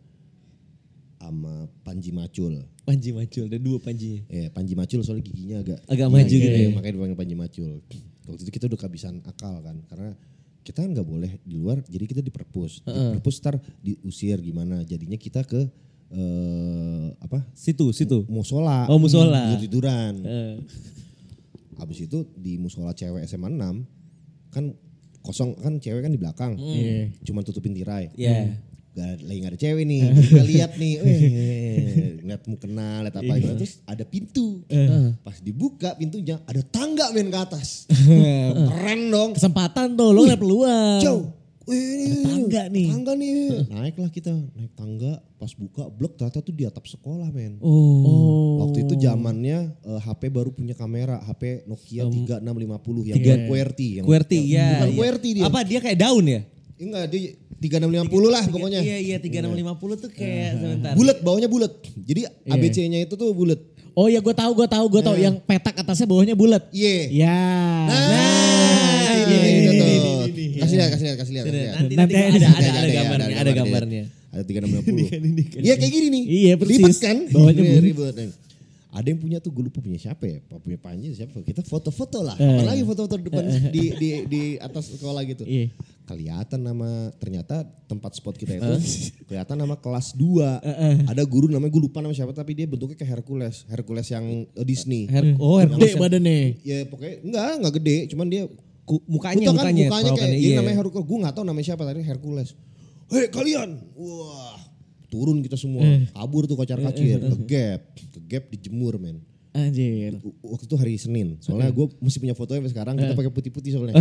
Sama Panji Macul. Panji Macul, ada dua Panjinya. Ya, Panji Macul soalnya giginya agak Agak maju iya, gitu iya, ya. makanya dipanggil Panji Macul. Waktu itu kita udah kehabisan akal kan, karena kita kan nggak boleh di luar, jadi kita di perpus. Di perpus ntar diusir gimana, jadinya kita ke eh, apa? Situ, situ. Musola. Oh, musola. Tidur tiduran. Eh. Abis itu di musola cewek S M A enam kan kosong kan, cewek kan di belakang, Iya. cuman tutupin tirai. Iya. Gak, lagi gak ada cewek nih, jadi kita lihat nih, weh, lihat mukena, lihat apa gitu. Terus ada pintu, pas dibuka pintunya ada tangga men ke atas, keren dong. Kesempatan tuh, lo ngeliat peluang. Jauh, wih, tangga nih. tangga nih, naiklah kita, naik tangga, pas buka blok ternyata tuh di atap sekolah men. Oh. Waktu itu zamannya uh, H P baru punya kamera, H P Nokia tiga enam lima nol yang Tiga- QWERTY. Yang, QWERTY, yang- ya. Bukan ya. QWERTY dia. Apa dia kayak daun ya? Enggak, dia tiga enam lima nol lah pokoknya. Iya, iya, tiga enam lima nol tuh kayak sebentar. Bulat, bawahnya bulat. Jadi A B C-nya itu tuh bulat. Oh ya gue tahu, gue tahu, gue tahu yang petak atasnya bawahnya bulat. Iya. Ya. Nah, ini, ini, ini, gitu ini, tuh. ini, ini. Kasih lihat, kasih lihat, kasih lihat. kasih lihat. Nanti, Nanti nanti ada- ada, ada, ada, ada, gambarnya, ada, ada ada, gambarnya. Ada tiga enam lima nol. Iya kayak gini nih. Iya, persis. Ribet kan? Bawahnya Iya, bulat. ribet. Ada yang punya tuh, gue lupa punya siapa ya. Punya Panji siapa. Kita foto-foto lah. Eh. Apalagi foto-foto di depan di, di, di atas sekolah gitu. Iya. Kelihatan nama, ternyata tempat spot kita itu kelihatan nama kelas dua. Ada guru namanya, gue lupa nama siapa, tapi dia bentuknya kayak Hercules. Hercules yang uh, Disney. Her- oh, Gede Hercules. badannya. Ya pokoknya enggak, enggak gede, cuman dia Ku- mukanya, Bukan kan, mukanya, mukanya kayak perawakannya, dia iya. namanya Hercules. Gue gak tahu namanya siapa tadi, Hercules. Hei kalian, wah turun kita semua, kabur tuh kocar kacir, ke gap, ke gap dijemur men. Anjir. Waktu itu hari Senin, soalnya gue mesti punya fotonya sampai sekarang, kita pakai putih-putih soalnya.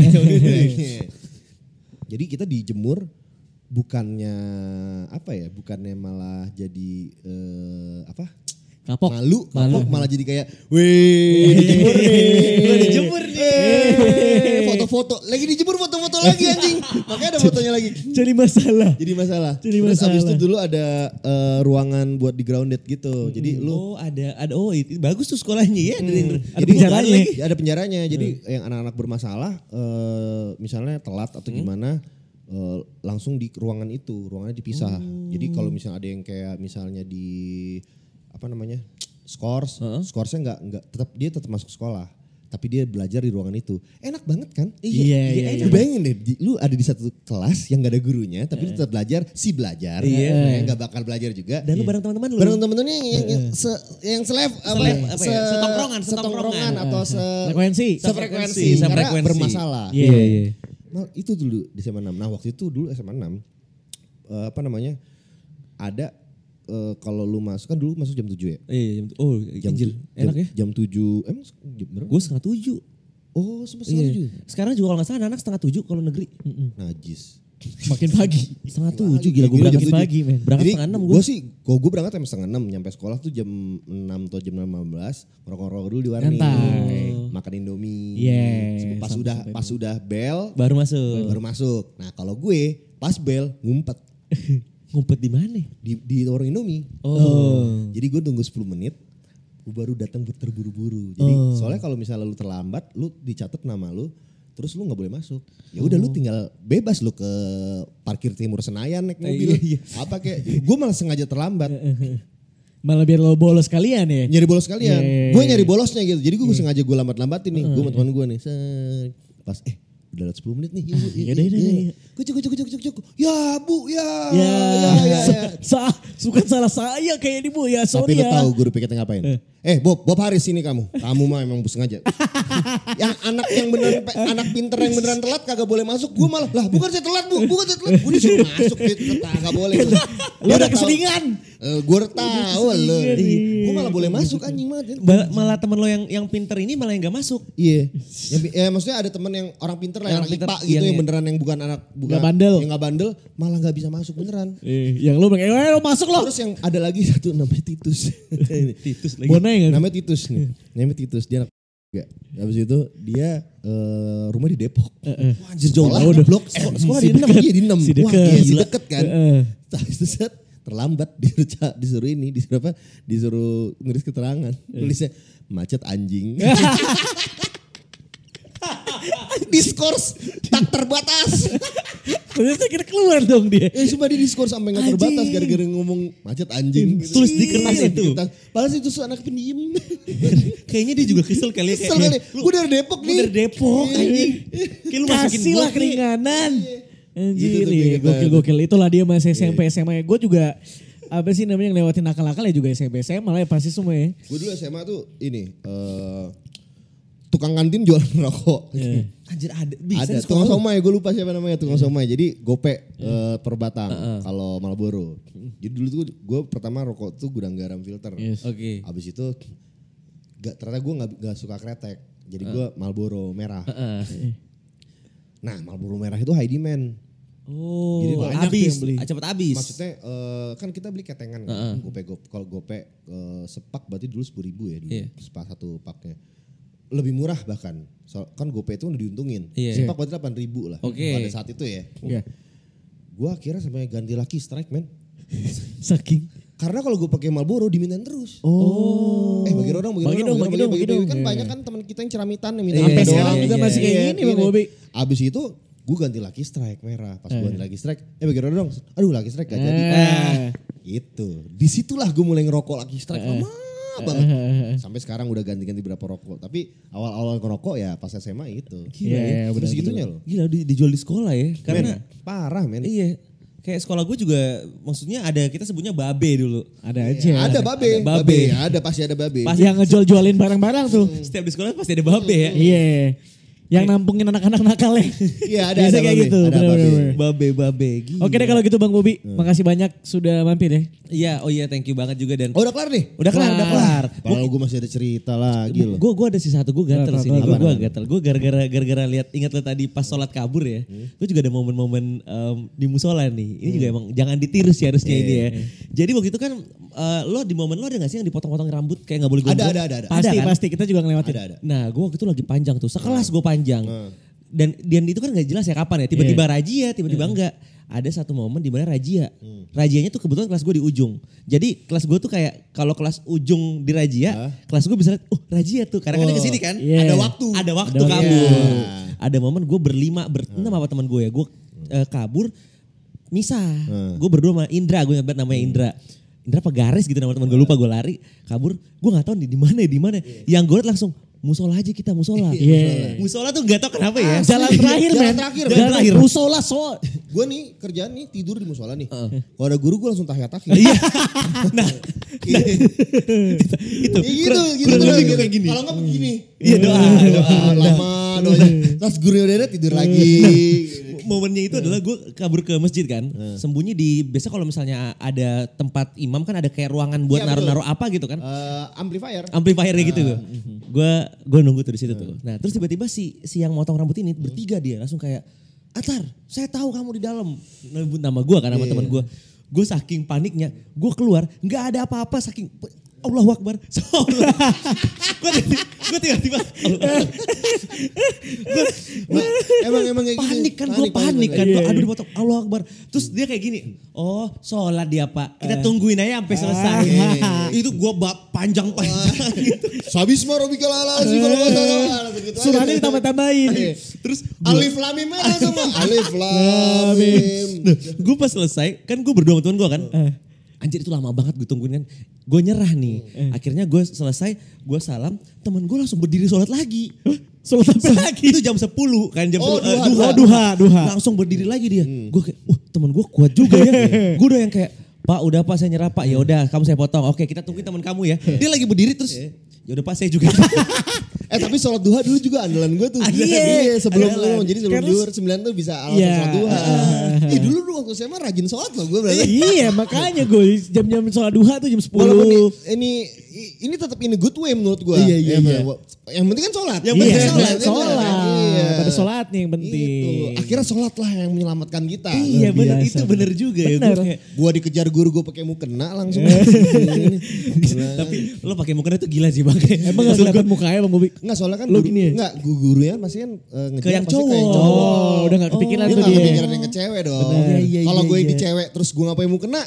Jadi kita dijemur, bukannya apa ya, bukannya malah jadi eh, apa? Kapok. Malu, kapok malah jadi kayak, wih dijemur nih, dijemur nih. Eh, foto-foto, lagi dijemur foto-foto lagi anjing, makanya ada fotonya lagi. Jadi masalah. Jadi masalah. Jadi Terus masalah. abis itu dulu ada eh, ruangan buat di grounded gitu, jadi lu Oh ada, ada, oh itu bagus tuh sekolahnya ya. Dari- Ada jadi penjaranya. lagi, ada penjaranya. Jadi yang anak-anak bermasalah, eh, misalnya telat atau gimana, eh, langsung di ruangan itu, ruangannya dipisah. Jadi kalau misalnya ada yang kayak misalnya di apa namanya scores, scoresnya nggak nggak tetap dia tetap masuk sekolah, tapi dia belajar di ruangan itu. Enak banget kan? Iya, iya, Lu bayangin deh, di- lu ada di satu kelas yang gak ada gurunya, tapi lu tetap belajar, si belajar, Iya. yang gak bakal belajar juga. Dan lu bareng teman-teman lu. Bareng temen-temennya yang, yang, yang, se, yang selef, apa, Selef, ya? apa ya? Setongkrongan, setongkrongan atau se, Frekuensi. sefrekuensi, Sefrekuensi. karena Sefrekuensi. bermasalah. Iya. iya. Nah, itu dulu di S M A enam. Nah waktu itu dulu S M A enam, eh, apa namanya, ada eh, kalau lu masuk, kan dulu masuk jam tujuh ya? Iya, jam, oh Jam, Injil, tu- enak jam, ya. Jam tujuh, emang jam berapa? Gue setengah tujuh. Oh sempat setengah Iya. tujuh? Sekarang juga kalau nggak salah anak setengah tujuh kalau negeri. Najis. Makin pagi. Setengah tujuh Gila, gila gue jam berangkat tujuh. pagi, men. Berangkat Jadi setengah enam gue gue. sih, kalau gue berangkat jam setengah enam, nyampe sekolah tuh jam enam atau jam lima belas, ngerokok-ngerokok dulu di warung, Santai. makan Indomie. Yes, Pas sampai- udah sampai pas udah bel Baru masuk. baru masuk. Nah kalau gue pas bel ngumpet Ngumpet di mana? di di warung Indomie. Oh. Jadi gue tunggu sepuluh menit, gue baru datang terburu-buru. Jadi soalnya kalau misalnya lu terlambat, lu dicatat nama lu, terus lu nggak boleh masuk. Ya udah lu tinggal bebas lu ke parkir Timur Senayan naik mobil. iya, iya. Apa kayak, gue malah sengaja terlambat. Malah biar lo bolos kalian ya. Nyari bolos kalian. Iya. Gue nyari bolosnya gitu. Jadi gue sengaja gue lambat-lambatin nih. Gue sama teman gue nih. Set. Pas eh udah lewat sepuluh menit nih. Yuk, yuk, Yaudah, yuk, yaudah, yuk. yuk. Kucuk, kucuk, kucuk, kucuk, kucuk. Ya bu, ya. Ya, Ya, ya, ya. Sa, bukan salah saya kayak ini bu ya, Tapi sorry lo ya. tahu guru piketnya ngapain? Eh Bob, Bob Haris sini kamu. Kamu mah emang sengaja. Yang anak yang beneran, anak pinter yang beneran telat kagak boleh masuk. Gue malah, lah bukan saya telat bu, bukan saya telat. Gue disuruh masuk gitu, kagak boleh. Lo udah keseringan. Uh, gue tahu lo. Gue malah boleh masuk anjing banget. Ba- malah temen lo yang yang pinter ini malah yang gak masuk. Iya. Yang, ya, maksudnya ada temen yang orang pinter lah, yang Orang anak pinter, I P A gitu, yang- yang beneran yang bukan anak bukan Nggak bandel. yang nggak bandel, malah nggak bisa masuk beneran. Eh, yang lo bilang, eh lo masuk lo. Terus yang ada lagi satu namanya Titus. Titus lagi. Bonai kan? Namanya Titus nih. Namanya Titus, dia anak juga. Habis itu dia eh, rumah di Depok. Wah, anjir jauh Sekolah banget. udah. Blok sekolah, Si sekolah di enam, deket. iya di enam. Si Wah, deket. iya, si Gila. deket kan. Heeh. Habis itu set terlambat disuruh ca- disuruh ini, disuruh apa? Disuruh nulis keterangan. Tulisnya macet anjing. Diskors tak terbatas. Ternyata kira keluar dong dia. Eh sumpah dia diskor sampai gak terbatas Anjing. gara-gara ngomong macet anjing. Tulis di kertas Iya, itu. di kertas. Padahal itu anak pendiam. Kayaknya dia juga kesel kali ya. Kesel kayak, kali. Gue dari Depok Gue nih. dari Depok anjing. Kayak lu masukin Kasih gue lah nih. keringanan. Anjir, Gitu tuh iya, kita. gokil-gokil. Itulah dia masih S M P, S M A. Gue juga apa sih namanya ngelewatin nakal-nakal ya juga S M P, S M A lah ya pasti semua ya. Gue dulu S M A tuh ini. eh tukang kantin jualan rokok. Anjir ada. Bisa Ada di sekolah tukang lu? somai, gue lupa siapa namanya tukang somai. Jadi gope eh, per batang kalau Marlboro. Jadi dulu tuh gue pertama rokok tuh gudang garam filter. Yes. Oke. Abis itu gak, ternyata gue gak, gak suka kretek. Jadi gue Marlboro merah. Heeh. Nah Marlboro merah itu high demand. Oh, Jadi banyak habis, yang beli. ah, cepet habis. Maksudnya eh, kan kita beli ketengan kan. Gope, gope, kalau gope eh, sepak berarti dulu sepuluh ribu ya dulu. Iya. Sepak satu paknya. Lebih murah bahkan. So, kan gope itu udah diuntungin. Iya. Sepak berarti delapan ribu lah. Oke. Pada saat itu ya. Iya. Gue akhirnya sampai ganti lagi strike man. Saking. Karena kalau gue pakai Marlboro dimintain terus. Oh. Eh bagi orang, bagi, Bagi orang, dong, bagi, bagi orang, dong, bagi, bagi bagi, dong. Kan Iya. banyak kan teman kita yang ceramitan yang minta Iya, Sampai minta sekarang doang. juga iya, masih iya, kayak Iya, gini Bang iya. Bobi. Abis itu gue ganti lagi strike merah. Pas gue ganti lagi strike, eh bagi orang dong. Aduh lagi strike gak jadi. Eh. Gitu. Disitulah gue mulai ngerokok lagi strike lama banget. Sampai sekarang udah ganti-ganti berapa rokok. Tapi awal-awal ngerokok ya pas S M A itu. Gila Iya, ya. iya, Terus segitunya loh. Gila di- dijual di sekolah ya. Karena Men, parah men. iya. Kayak sekolah gue juga maksudnya ada kita sebutnya babe dulu. Ada aja. Ada babe. Ada babe. Ada pasti ada babe. Pas- Yang ngejual-jualin barang-barang tuh. Setiap di sekolah pasti ada babe ya. Iya. Yang nampungin anak-anak nakal ya. Iya ada Biasa ada kayak babe. gitu. Ada babe. bener-bener. Babe babe. Gila. Oke deh kalau gitu Bang Bobi. Makasih banyak sudah mampir ya. Iya, oh iya thank you banget juga dan Oh udah kelar nih? udah kelar, udah kelar. Padahal gue masih ada cerita lagi loh. Gue gue ada sih satu gue gatel Apa, sih. apa, Gue apa, gue apa? gatel. Gue gara-gara gara-gara lihat ingat lo tadi pas sholat kabur ya. Gue juga ada momen-momen em, di musola nih. Ini juga emang jangan ditiru sih harusnya ini ya. Jadi waktu itu kan eh, lo di momen lo ada gak sih yang dipotong-potong rambut kayak nggak boleh gondrong? Ada, ada, ada, ada. Pasti kan? pasti kita juga ngelewatin. Ada ada. Nah gue waktu itu lagi panjang tuh. Sekelas gue panjang. Dan dan itu kan gak jelas ya kapan ya. Tiba-tiba razia, tiba-tiba enggak. Ada satu momen di mana razia. Rajianya tuh kebetulan kelas gue di ujung. Jadi kelas gue tuh kayak kalau kelas ujung di razia, kelas gue bisa lihat, oh razia tuh. Karena kan Oh, kesini kan. iya. Ada waktu. Ada waktu Ada waktu. kabur. Iya. Ada momen gue berlima, berenam sama teman gue ya. Gue eh, kabur, misah. Hmm. Gue berdua sama Indra, gue ingat banget namanya Indra. Indra apa Garis gitu nama teman gue, lupa gue lari. Kabur, gue gak tahu nih di mana ya, di mana. Yang gue liat langsung, musola aja kita, musola. Iya. Musola tuh gak tahu kenapa ya. Jalan terakhir Jalan men. terakhir, Jalan men. terakhir. Musola so. Gue nih kerjaan nih tidur di musola nih. Kalau ada guru gue langsung tahiyat-tahiyat. Iya. Nah, nah, itu Ya gitu, gitu kurang terus, lebih gitu. kayak gini. Kalau enggak begini. Iya, doa, doa. lama doanya. Terus gurunya udah ada tidur lagi. Momennya itu adalah gue kabur ke masjid kan, sembunyi di biasa kalau misalnya ada tempat imam kan ada kayak ruangan buat Iya, betul. naruh-naruh apa gitu kan, Eh, amplifier. amplifier kayak gitu. Gue gue nunggu tuh di situ tuh. Nah terus tiba-tiba si si yang motong rambut ini bertiga dia langsung kayak, Atar, saya tahu kamu di dalam. Nyebut nama gue kan sama teman gue. Gue saking paniknya, gue keluar nggak ada apa-apa saking Allahu Akbar. Gue tiba-tiba Nah, emang emang kayak gini. panik kan, gue panik kan, Iya, gue iya. aduh dipotong Allahu Akbar. Terus dia kayak gini, oh sholat dia pak, kita tungguin aja sampai selesai. Itu gue bab panjang-panjang gitu. Sabisma robika lala sih kalau nggak salah. Gitu aja. Suratnya ditambah-tambahin. Terus Alif lam mim mana semua? Alif lam mim. gue pas selesai, kan gue berdua sama temen gue kan. Anjir itu lama banget gue tungguin kan. Gue nyerah nih. Akhirnya gue selesai, gue salam, temen gue langsung berdiri sholat lagi. Sholat apa lagi? Itu jam sepuluh kan, jam Oh, sepuluh, eh, duha, duha, Oh, duha, duha. Langsung berdiri lagi dia. Gue kayak, wah temen gue kuat juga ya. Gue udah yang kayak, Pak udah Pak saya nyerah Pak. Ya udah kamu saya potong. Oke kita tungguin teman kamu ya. Dia lagi berdiri terus, ya udah Pak saya juga. Eh tapi sholat duha dulu juga andalan gue tuh. Iya. sebelum Andalan. jadi sebelum Karena- duhur sembilan tuh bisa alasan Iya. sholat duha. Eh dulu dulu waktu saya mah rajin sholat loh gue berarti. Iya makanya gue jam-jam sholat duha tuh jam Walaupun sepuluh. ini, ini ini tetap ini good way menurut gue. Iya, iya, iya. Yang penting kan sholat. Yang Iya, penting sholat. ya kan? Sholat. Iya. Pada sholatnya yang Itu. penting. Akhirnya sholat lah yang menyelamatkan kita. Iya Luar bener, biasa, itu bener. bener juga ya. Bener. Gue kayak, Gua dikejar guru gue pakai mukena langsung. tapi lo pakai mukena itu gila sih bang. Emang gak kelihatan mukanya Bang Bobi? Enggak soalnya kan Lo guru, gini ya? enggak gu- gurunya pasti kan eh, ngejar yang pasti cowok. ke yang cowok. Oh udah gak kepikiran Dia tuh gak dia. kepikiran yang ke cewek dong. Bener. Iya, iya, Kalau iya, gue yang iya. di cewek terus gue ngapain mukena,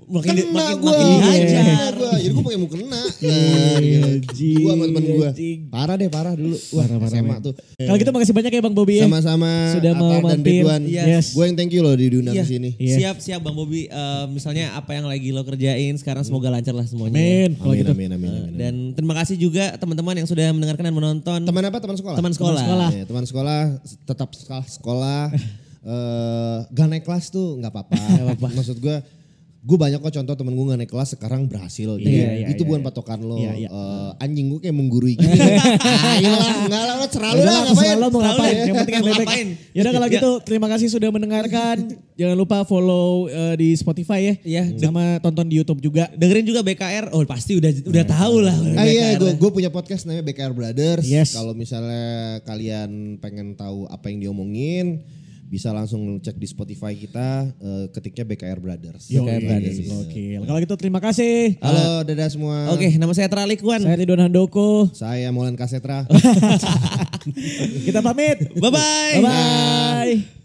makin Kena makin gue, makin dihajar. gue, jadi gue pengen mau kena. Nah, Anjing, gue sama temen gue, anjing. parah deh parah dulu. Wah, Parah, parah, S M A men. tuh. Kalau gitu makasih banyak ya Bang Bobby ya. Sama-sama. Sudah mau Atta dan mampir. Ridwan. Yes. Gue yang thank you loh diundang Iya. di sini. Iya. Siap siap Bang Bobby. Eh, misalnya apa yang lagi lo kerjain sekarang semoga lancar lah semuanya. Amin. Kalau Amin, gitu. amin, amin, amin, amin. Dan terima kasih juga teman-teman yang sudah mendengarkan dan menonton. Teman apa? Teman sekolah. Teman sekolah. sekolah. Ya, teman sekolah tetap sekolah sekolah. eh gak naik kelas tuh nggak apa-apa. Maksud gue, gue banyak kok contoh temen gue gak naik kelas sekarang berhasil. Jadi Iya, iya, itu iya, bukan iya. patokan lo. Iya, iya. Eh, anjing gue kayak menggurui gitu. Ayolah, enggak lah, lo selalu Udah lah lah, ngapain. terserah lo mau ngapain. Yang penting yang Mau bebek. ngapain? Yaudah kalau gitu terima kasih sudah mendengarkan. Jangan lupa follow eh, di Spotify ya. Iya. Sama tonton di YouTube juga. Dengerin juga B K R. Oh pasti udah udah tahu lah. Ah iya, gue gue punya podcast namanya B K R Brothers. Yes. Kalau misalnya kalian pengen tahu apa yang diomongin, bisa langsung cek di Spotify kita, eh, ketiknya B K R Brothers. Yo, B K R Brothers. Oke. Kalau gitu terima kasih. Halo, dadah semua. Oke, nama saya Tralikwan. Saya Ridwan Handoko. Saya Molan Kasetra. Kita pamit. Bye bye. Bye bye.